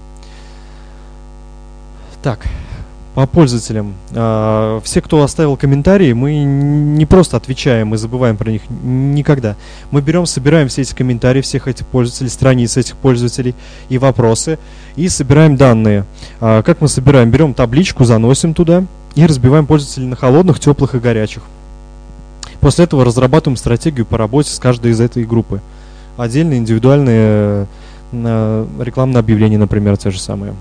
Так, по пользователям. Все, кто оставил комментарии, мы не просто отвечаем и забываем про них никогда. Мы берем, собираем все эти комментарии всех этих пользователей, страниц этих пользователей и вопросы, и собираем данные. Как мы собираем? Берем табличку, заносим туда и разбиваем пользователей на холодных, теплых и горячих. После этого разрабатываем стратегию по работе с каждой из этой группы. Отдельные, индивидуальные рекламные объявления, например, те же самые.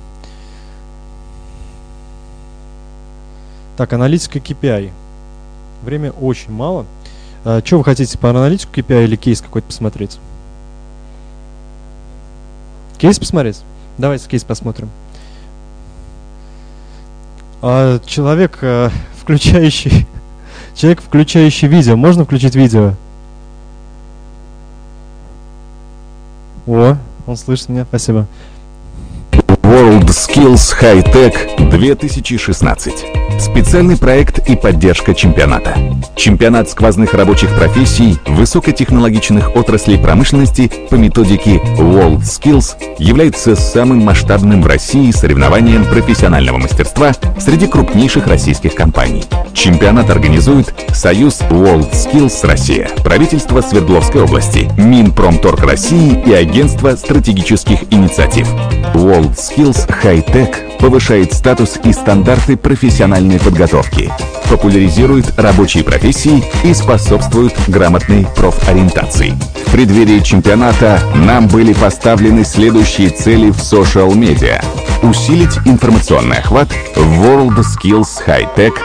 Так, аналитика KPI. Время очень мало. Что вы хотите, по аналитику KPI или кейс какой-то посмотреть? Кейс посмотреть? Давайте кейс посмотрим. Человек, включающий видео. Можно включить видео? О, он слышит меня, спасибо. WorldSkills High-Tech 2016. Специальный проект и поддержка чемпионата. Чемпионат сквозных рабочих профессий высокотехнологичных отраслей промышленности по методике WorldSkills является самым масштабным в России соревнованием профессионального мастерства среди крупнейших российских компаний. Чемпионат организует Союз WorldSkills Россия, правительство Свердловской области, Минпромторг России и Агентство стратегических инициатив. WorldSkills High-Tech повышает статус и стандарты профессиональной подготовки, популяризирует рабочие профессии и способствует грамотной профориентации. В преддверии чемпионата нам были поставлены следующие цели в социал-медиа. Усилить информационный охват в WorldSkills High-Tech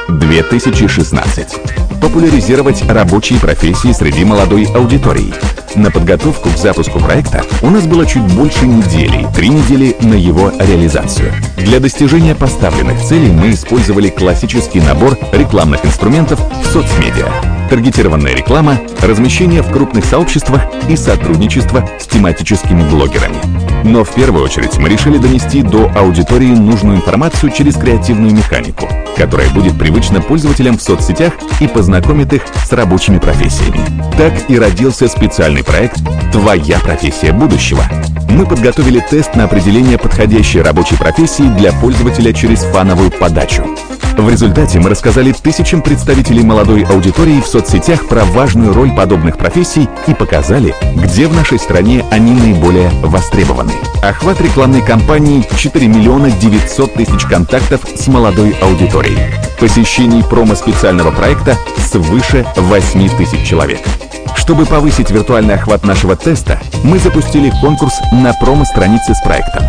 2016. Популяризировать рабочие профессии среди молодой аудитории. На подготовку к запуску проекта у нас было чуть больше недели, 3 недели на его реализацию. Для достижения поставленных целей мы использовали классический набор рекламных инструментов в соцмедиа. Таргетированная реклама, размещение в крупных сообществах и сотрудничество с тематическими блогерами. Но в первую очередь мы решили донести до аудитории нужную информацию через креативную механику, которая будет привычна пользователям в соцсетях и познакомит их с рабочими профессиями. Так и родился специальный проект «Твоя профессия будущего». Мы подготовили тест на определение подходящей рабочей профессии для пользователя через фановую подачу. В результате мы рассказали тысячам представителей молодой аудитории в соцсетях про важную роль подобных профессий и показали, где в нашей стране они наиболее востребованы. Охват рекламной кампании 4 900 000 контактов с молодой аудиторией. Посещений промо-специального проекта свыше 8 000 человек. Чтобы повысить виртуальный охват нашего теста, мы запустили конкурс на промо-странице с проектом.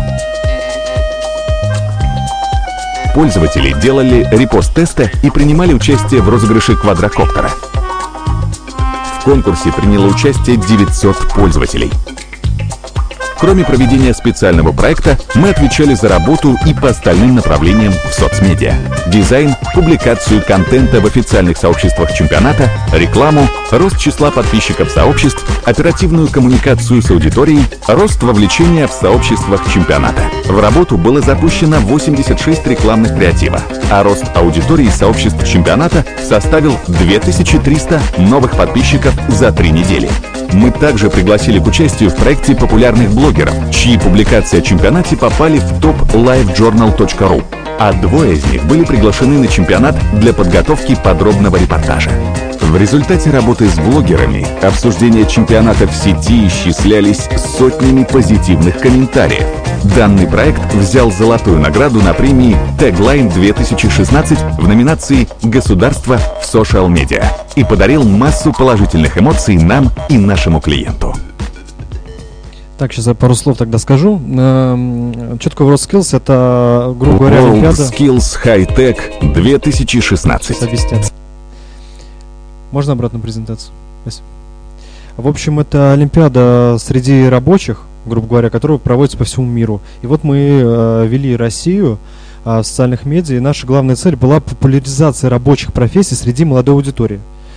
Пользователи делали репост теста и принимали участие в розыгрыше квадрокоптера. В конкурсе приняло участие 900 пользователей. Кроме проведения специального проекта, мы отвечали за работу и по остальным направлениям в соцмедиа. Дизайн, публикацию контента в официальных сообществах чемпионата, рекламу, рост числа подписчиков сообществ, оперативную коммуникацию с аудиторией, рост вовлечения в сообществах чемпионата. В работу было запущено 86 рекламных креатива, а рост аудитории сообществ чемпионата составил 2300 новых подписчиков за 3 недели. Мы также пригласили к участию в проекте популярных блогеров, чьи публикации о чемпионате попали в топ livejournal.ru, а 2 из них были приглашены на чемпионат для подготовки подробного репортажа. В результате работы с блогерами обсуждения чемпионата в сети исчислялись сотнями позитивных комментариев. Данный проект взял золотую награду на премии Tagline 2016 в номинации «Государство в социал-медиа» и подарил массу положительных эмоций нам и нашему клиенту. Так, сейчас я пару слов тогда скажу. Что такое WorldSkills? Это, грубо говоря, Олимпиада. WorldSkills High-Tech 2016. Сейчас объяснять. Можно обратную презентацию? Спасибо. В общем, это Олимпиада среди рабочих, грубо говоря, которая проводится по всему миру. И вот мы вели Россию в социальных медиа, и наша главная цель была популяризация рабочих профессий среди молодой аудитории.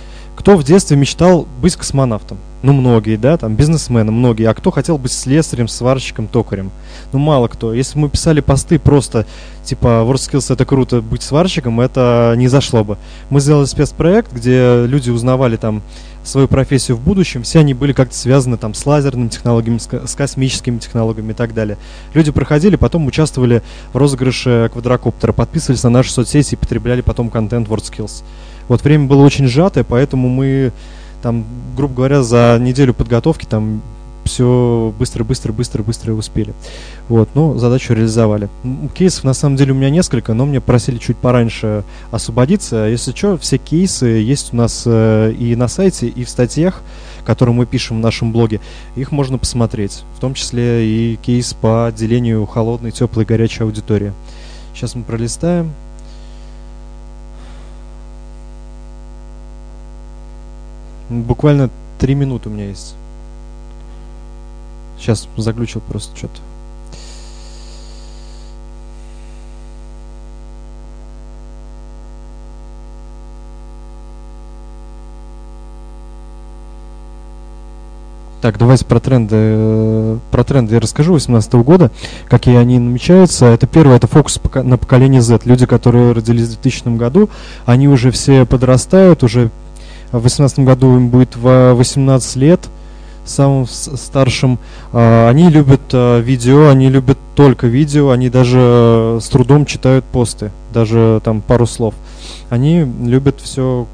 Кто в детстве мечтал быть космонавтом? Ну, многие, да, там, бизнесмены, многие. А кто хотел быть слесарем, сварщиком, токарем? Ну, мало кто. Если мы писали посты просто, типа, WorldSkills это круто, быть сварщиком, это не зашло бы. Мы сделали спецпроект, где люди узнавали там свою профессию в будущем, все они были как-то связаны там с лазерными технологиями, с космическими технологиями и так далее. Люди проходили, потом участвовали в розыгрыше квадрокоптера, подписывались на наши соцсети и потребляли потом контент WorldSkills. Вот время было очень сжатое, поэтому мы там, грубо говоря, за неделю подготовки там все быстро успели. Вот, но задачу реализовали. Кейсов на самом деле у меня несколько, но мне просили чуть пораньше освободиться. Если что, все кейсы есть у нас и на сайте, и в статьях, которые мы пишем в нашем блоге. Их можно посмотреть, в том числе и кейс по делению холодной, теплой, горячей аудитории. Сейчас мы пролистаем. Буквально 3 минуты у меня есть. Сейчас заглючил просто что-то. Так, давайте про тренды я расскажу 2018 года, какие они намечаются. Это первое, это фокус на поколение Z. Люди, которые родились в 2000 году, они уже все подрастают, уже в 2018 году им будет 18 лет, самым старшим. Они любят видео, они любят только видео, они даже с трудом читают посты, даже там пару слов. Они любят все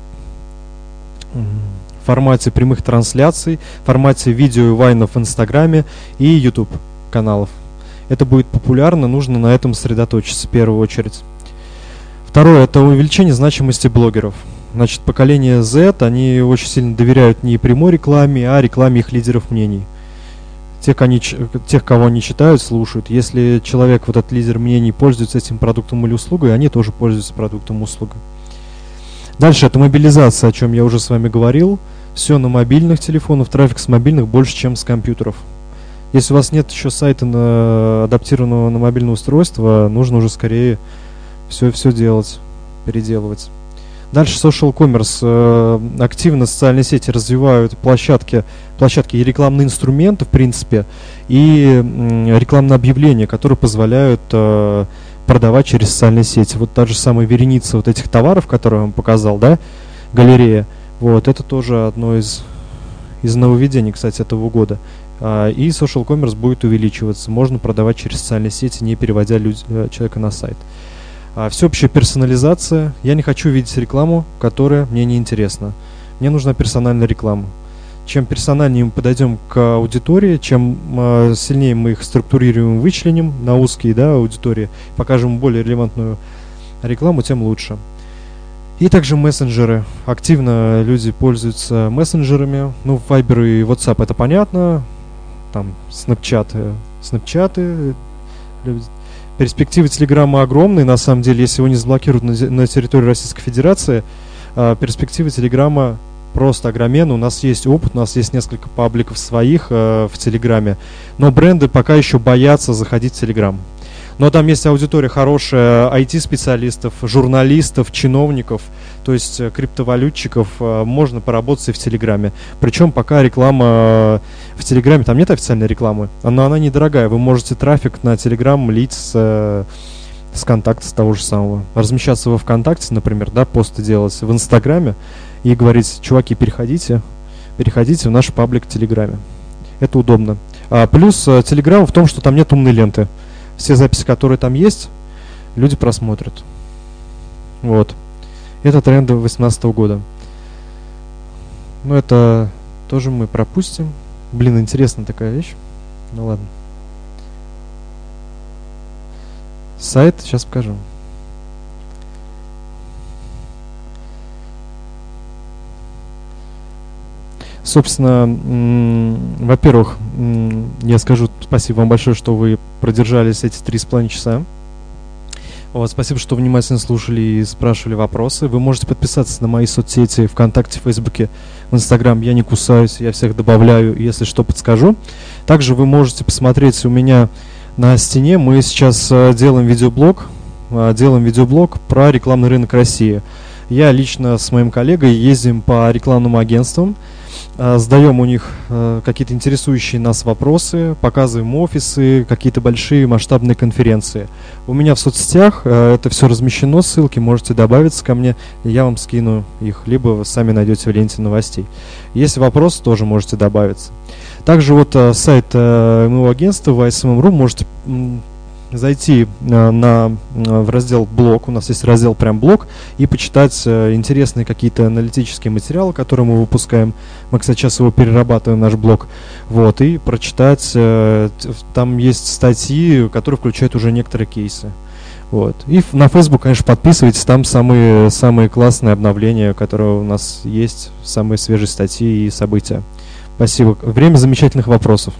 в формате прямых трансляций, в формате видео и вайнов в Инстаграме и YouTube каналов. Это будет популярно, нужно на этом сосредоточиться в первую очередь. Второе, это увеличение значимости блогеров. Значит, поколение Z, они очень сильно доверяют не прямой рекламе, а рекламе их лидеров мнений. Тех, кого они читают, слушают. Если человек, вот этот лидер мнений, пользуется этим продуктом или услугой, они тоже пользуются продуктом и услугой. Дальше это мобилизация, о чем я уже с вами говорил. Все на мобильных телефонах, трафик с мобильных больше, чем с компьютеров. Если у вас нет еще сайта адаптированного на мобильное устройство, нужно уже скорее все делать, переделывать. Дальше social commerce. Активно социальные сети развивают площадки и рекламные инструменты, в принципе, и рекламные объявления, которые позволяют продавать через социальные сети. Вот та же самая вереница вот этих товаров, которые я вам показал, да, галерея. Вот, это тоже одно из нововведений, кстати, этого года. И social commerce будет увеличиваться. Можно продавать через социальные сети, не переводя человека на сайт. Всеобщая персонализация. Я не хочу видеть рекламу, которая мне не интересна. Мне нужна персональная реклама. Чем персональнее мы подойдем к аудитории, чем сильнее мы их структурируем и вычленим на узкие, да, аудитории, покажем более релевантную рекламу, тем лучше. И также мессенджеры. Активно люди пользуются мессенджерами. Ну, Viber и WhatsApp это понятно. Там снапчаты. Перспективы Телеграма огромные, на самом деле, если его не заблокируют на территории Российской Федерации, перспективы Телеграма просто огроменны. У нас есть опыт, у нас есть несколько пабликов своих в Телеграме, но бренды пока еще боятся заходить в Телеграм. Но там есть аудитория хорошая IT-специалистов, журналистов, чиновников, то есть криптовалютчиков. Можно поработать и в Телеграме. Причем пока реклама в Телеграме, там нет официальной рекламы, но она недорогая. Вы можете трафик на Телеграм лить с контакта, с того же самого. Размещаться во ВКонтакте, например, да, посты делать в Инстаграме и говорить: чуваки, переходите в наш паблик в Телеграме. Это удобно. Плюс Телеграм в том, что там нет умной ленты. Все записи, которые там есть, люди просмотрят. Вот. Это тренды 2018 года. Ну, это тоже мы пропустим. Блин, интересная такая вещь. Ну ладно. Сайт сейчас покажу. Собственно, во-первых, я скажу спасибо вам большое, что вы продержались эти 3,5 часа. Вот, спасибо, что внимательно слушали и спрашивали вопросы. Вы можете подписаться на мои соцсети ВКонтакте, Фейсбуке, в Инстаграм. Я не кусаюсь, я всех добавляю, если что, подскажу. Также вы можете посмотреть у меня на стене. Мы сейчас делаем видеоблог про рекламный рынок России. Я лично с моим коллегой ездим по рекламным агентствам, сдаем у них какие-то интересующие нас вопросы, показываем офисы, какие-то большие масштабные конференции. У меня в соцсетях это все размещено, ссылки можете добавиться ко мне, и я вам скину их, либо вы сами найдете в ленте новостей. Если вопросы, тоже можете добавиться. Также вот сайт моего агентства YSMM.ru можете зайти в раздел «Блог», у нас есть раздел прям «Блог», и почитать интересные какие-то аналитические материалы, которые мы выпускаем. Мы, кстати, сейчас его перерабатываем, наш блог. Вот, и прочитать, там есть статьи, которые включают уже некоторые кейсы. Вот. И на Facebook, конечно, подписывайтесь, там самые классные обновления, которые у нас есть, самые свежие статьи и события. Спасибо. Время замечательных вопросов.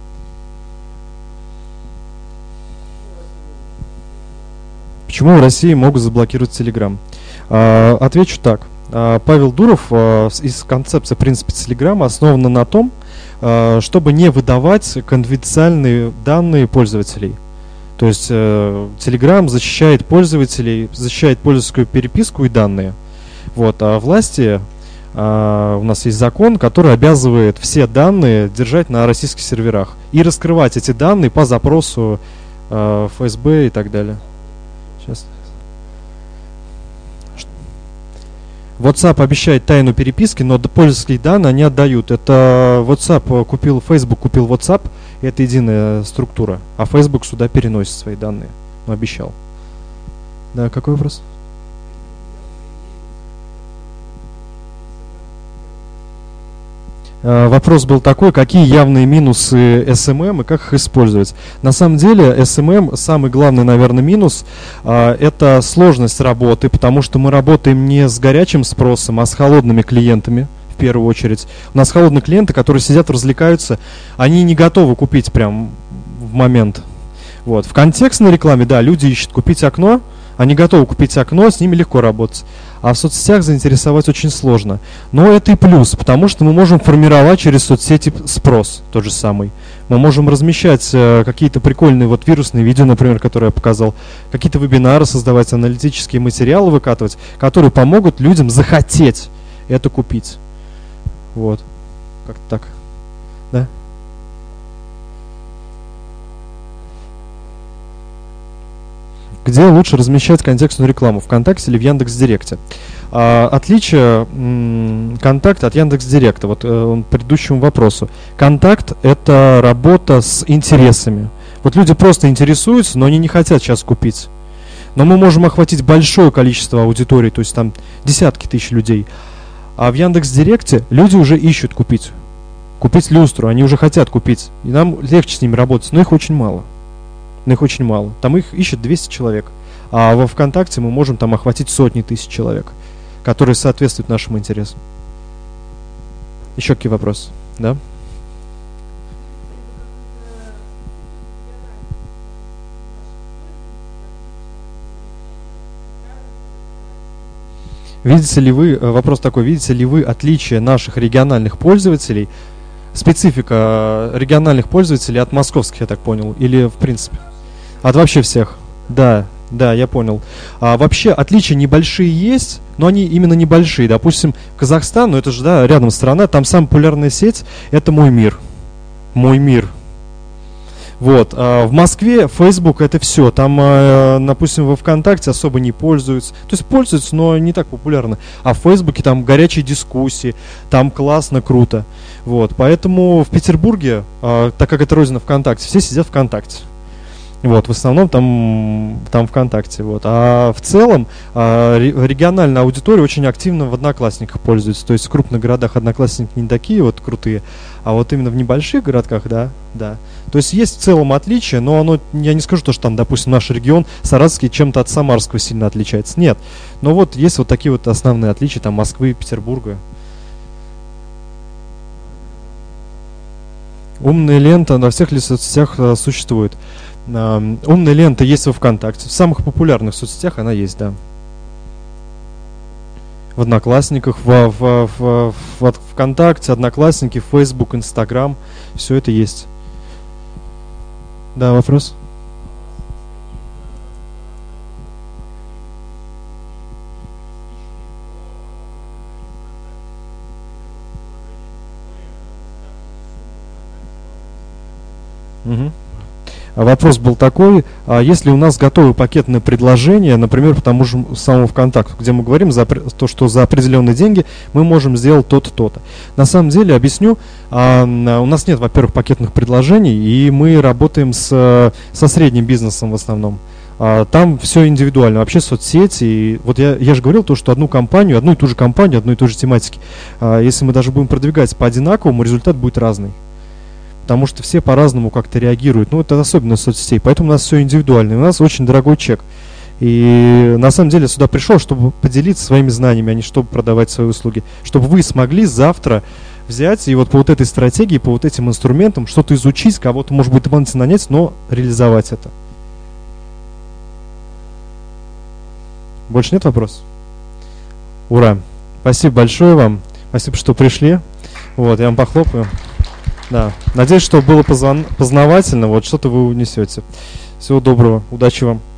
Почему в России могут заблокировать Telegram? Отвечу так. Павел Дуров из концепции, в принципе, Telegram основана на том, чтобы не выдавать конфиденциальные данные пользователей. То есть Telegram защищает пользователей, защищает пользовательскую переписку и данные. Вот, а власти, у нас есть закон, который обязывает все данные держать на российских серверах и раскрывать эти данные по запросу ФСБ и так далее. Сейчас. WhatsApp обещает тайну переписки, но пользовательские данные они отдают. Это WhatsApp купил, Facebook купил WhatsApp, и это единая структура. А Facebook сюда переносит свои данные. Он обещал. Да, какой вопрос? Вопрос был такой, какие явные минусы SMM и как их использовать. На самом деле SMM, самый главный, наверное, минус, это сложность работы, потому что мы работаем не с горячим спросом, а с холодными клиентами в первую очередь. У нас холодные клиенты, которые сидят, развлекаются, они не готовы купить прям в момент. Вот. В контекстной рекламе, да, люди ищут купить окно, они готовы купить окно, с ними легко работать. А в соцсетях заинтересовать очень сложно. Но это и плюс, потому что мы можем формировать через соцсети спрос, тот же самый. Мы можем размещать какие-то прикольные вот вирусные видео, например, которые я показал, какие-то вебинары создавать, аналитические материалы выкатывать, которые помогут людям захотеть это купить. Вот. Как-то так. Да? Где лучше размещать контекстную рекламу? ВКонтакте или в Яндекс.Директе? Отличие Контакта от Яндекс.Директа. Вот предыдущему вопросу. Контакт – это работа с интересами. Вот люди просто интересуются, но они не хотят сейчас купить. Но мы можем охватить большое количество аудиторий, то есть там десятки тысяч людей. А в Яндекс.Директе люди уже ищут купить люстру, они уже хотят купить. И нам легче с ними работать, но их очень мало. Там их ищет 200 человек. А во ВКонтакте мы можем там охватить сотни тысяч человек, которые соответствуют нашим интересам. Еще какие вопросы? Да? Видите ли вы, вопрос такой, видите ли вы отличие наших региональных пользователей, специфика региональных пользователей от московских, я так понял, или в принципе? От вообще всех. Да, я понял. Вообще отличия небольшие есть, но они именно небольшие. Допустим, Казахстан, ну это же, да, рядом страна, там самая популярная сеть – это «Мой мир». «Мой мир». Вот. В Москве Facebook – это все. Там, допустим, во ВКонтакте особо не пользуются. То есть пользуются, но не так популярно. А в Фейсбуке там горячие дискуссии, там классно, круто. Вот. Поэтому в Петербурге, так как это родина ВКонтакте, все сидят ВКонтакте. Вот, в основном там ВКонтакте. Вот. А в целом региональная аудитория очень активно в Одноклассниках пользуется. То есть в крупных городах Одноклассники не такие вот крутые, а вот именно в небольших городках, да. То есть есть в целом отличие, но оно, я не скажу, что там, допустим, наш регион Саратовский чем-то от Самарского сильно отличается. Нет. Но вот есть вот такие вот основные отличия там Москвы и Петербурга. Умная лента во всех ли соцсетях существует? Умная лента есть во ВКонтакте. В самых популярных соцсетях она есть, да. В Одноклассниках, в ВКонтакте, Одноклассники, Facebook, Instagram. Все это есть. Да, вопрос? Угу. Вопрос был такой, если у нас готовы пакетные предложения, например, по тому же самому ВКонтакту, где мы говорим то, что за определенные деньги мы можем сделать то-то, то-то. На самом деле, объясню, у нас нет, во-первых, пакетных предложений, и мы работаем со средним бизнесом в основном. Там все индивидуально, вообще соцсети. И вот я же говорил то, что одну и ту же компанию, одной и той же тематики, если мы даже будем продвигать по одинаковому, результат будет разный. Потому что все по-разному как-то реагируют. Ну, это особенность соцсетей. Поэтому у нас все индивидуально. И у нас очень дорогой чек. И на самом деле я сюда пришел, чтобы поделиться своими знаниями, а не чтобы продавать свои услуги. Чтобы вы смогли завтра взять и вот по вот этой стратегии, по вот этим инструментам что-то изучить, кого-то, может быть, дополнительно нанять, но реализовать это. Больше нет вопросов? Ура! Спасибо большое вам. Спасибо, что пришли. Вот, я вам похлопаю. Да. Надеюсь, что было познавательно. Вот что-то вы унесете. Всего доброго. Удачи вам.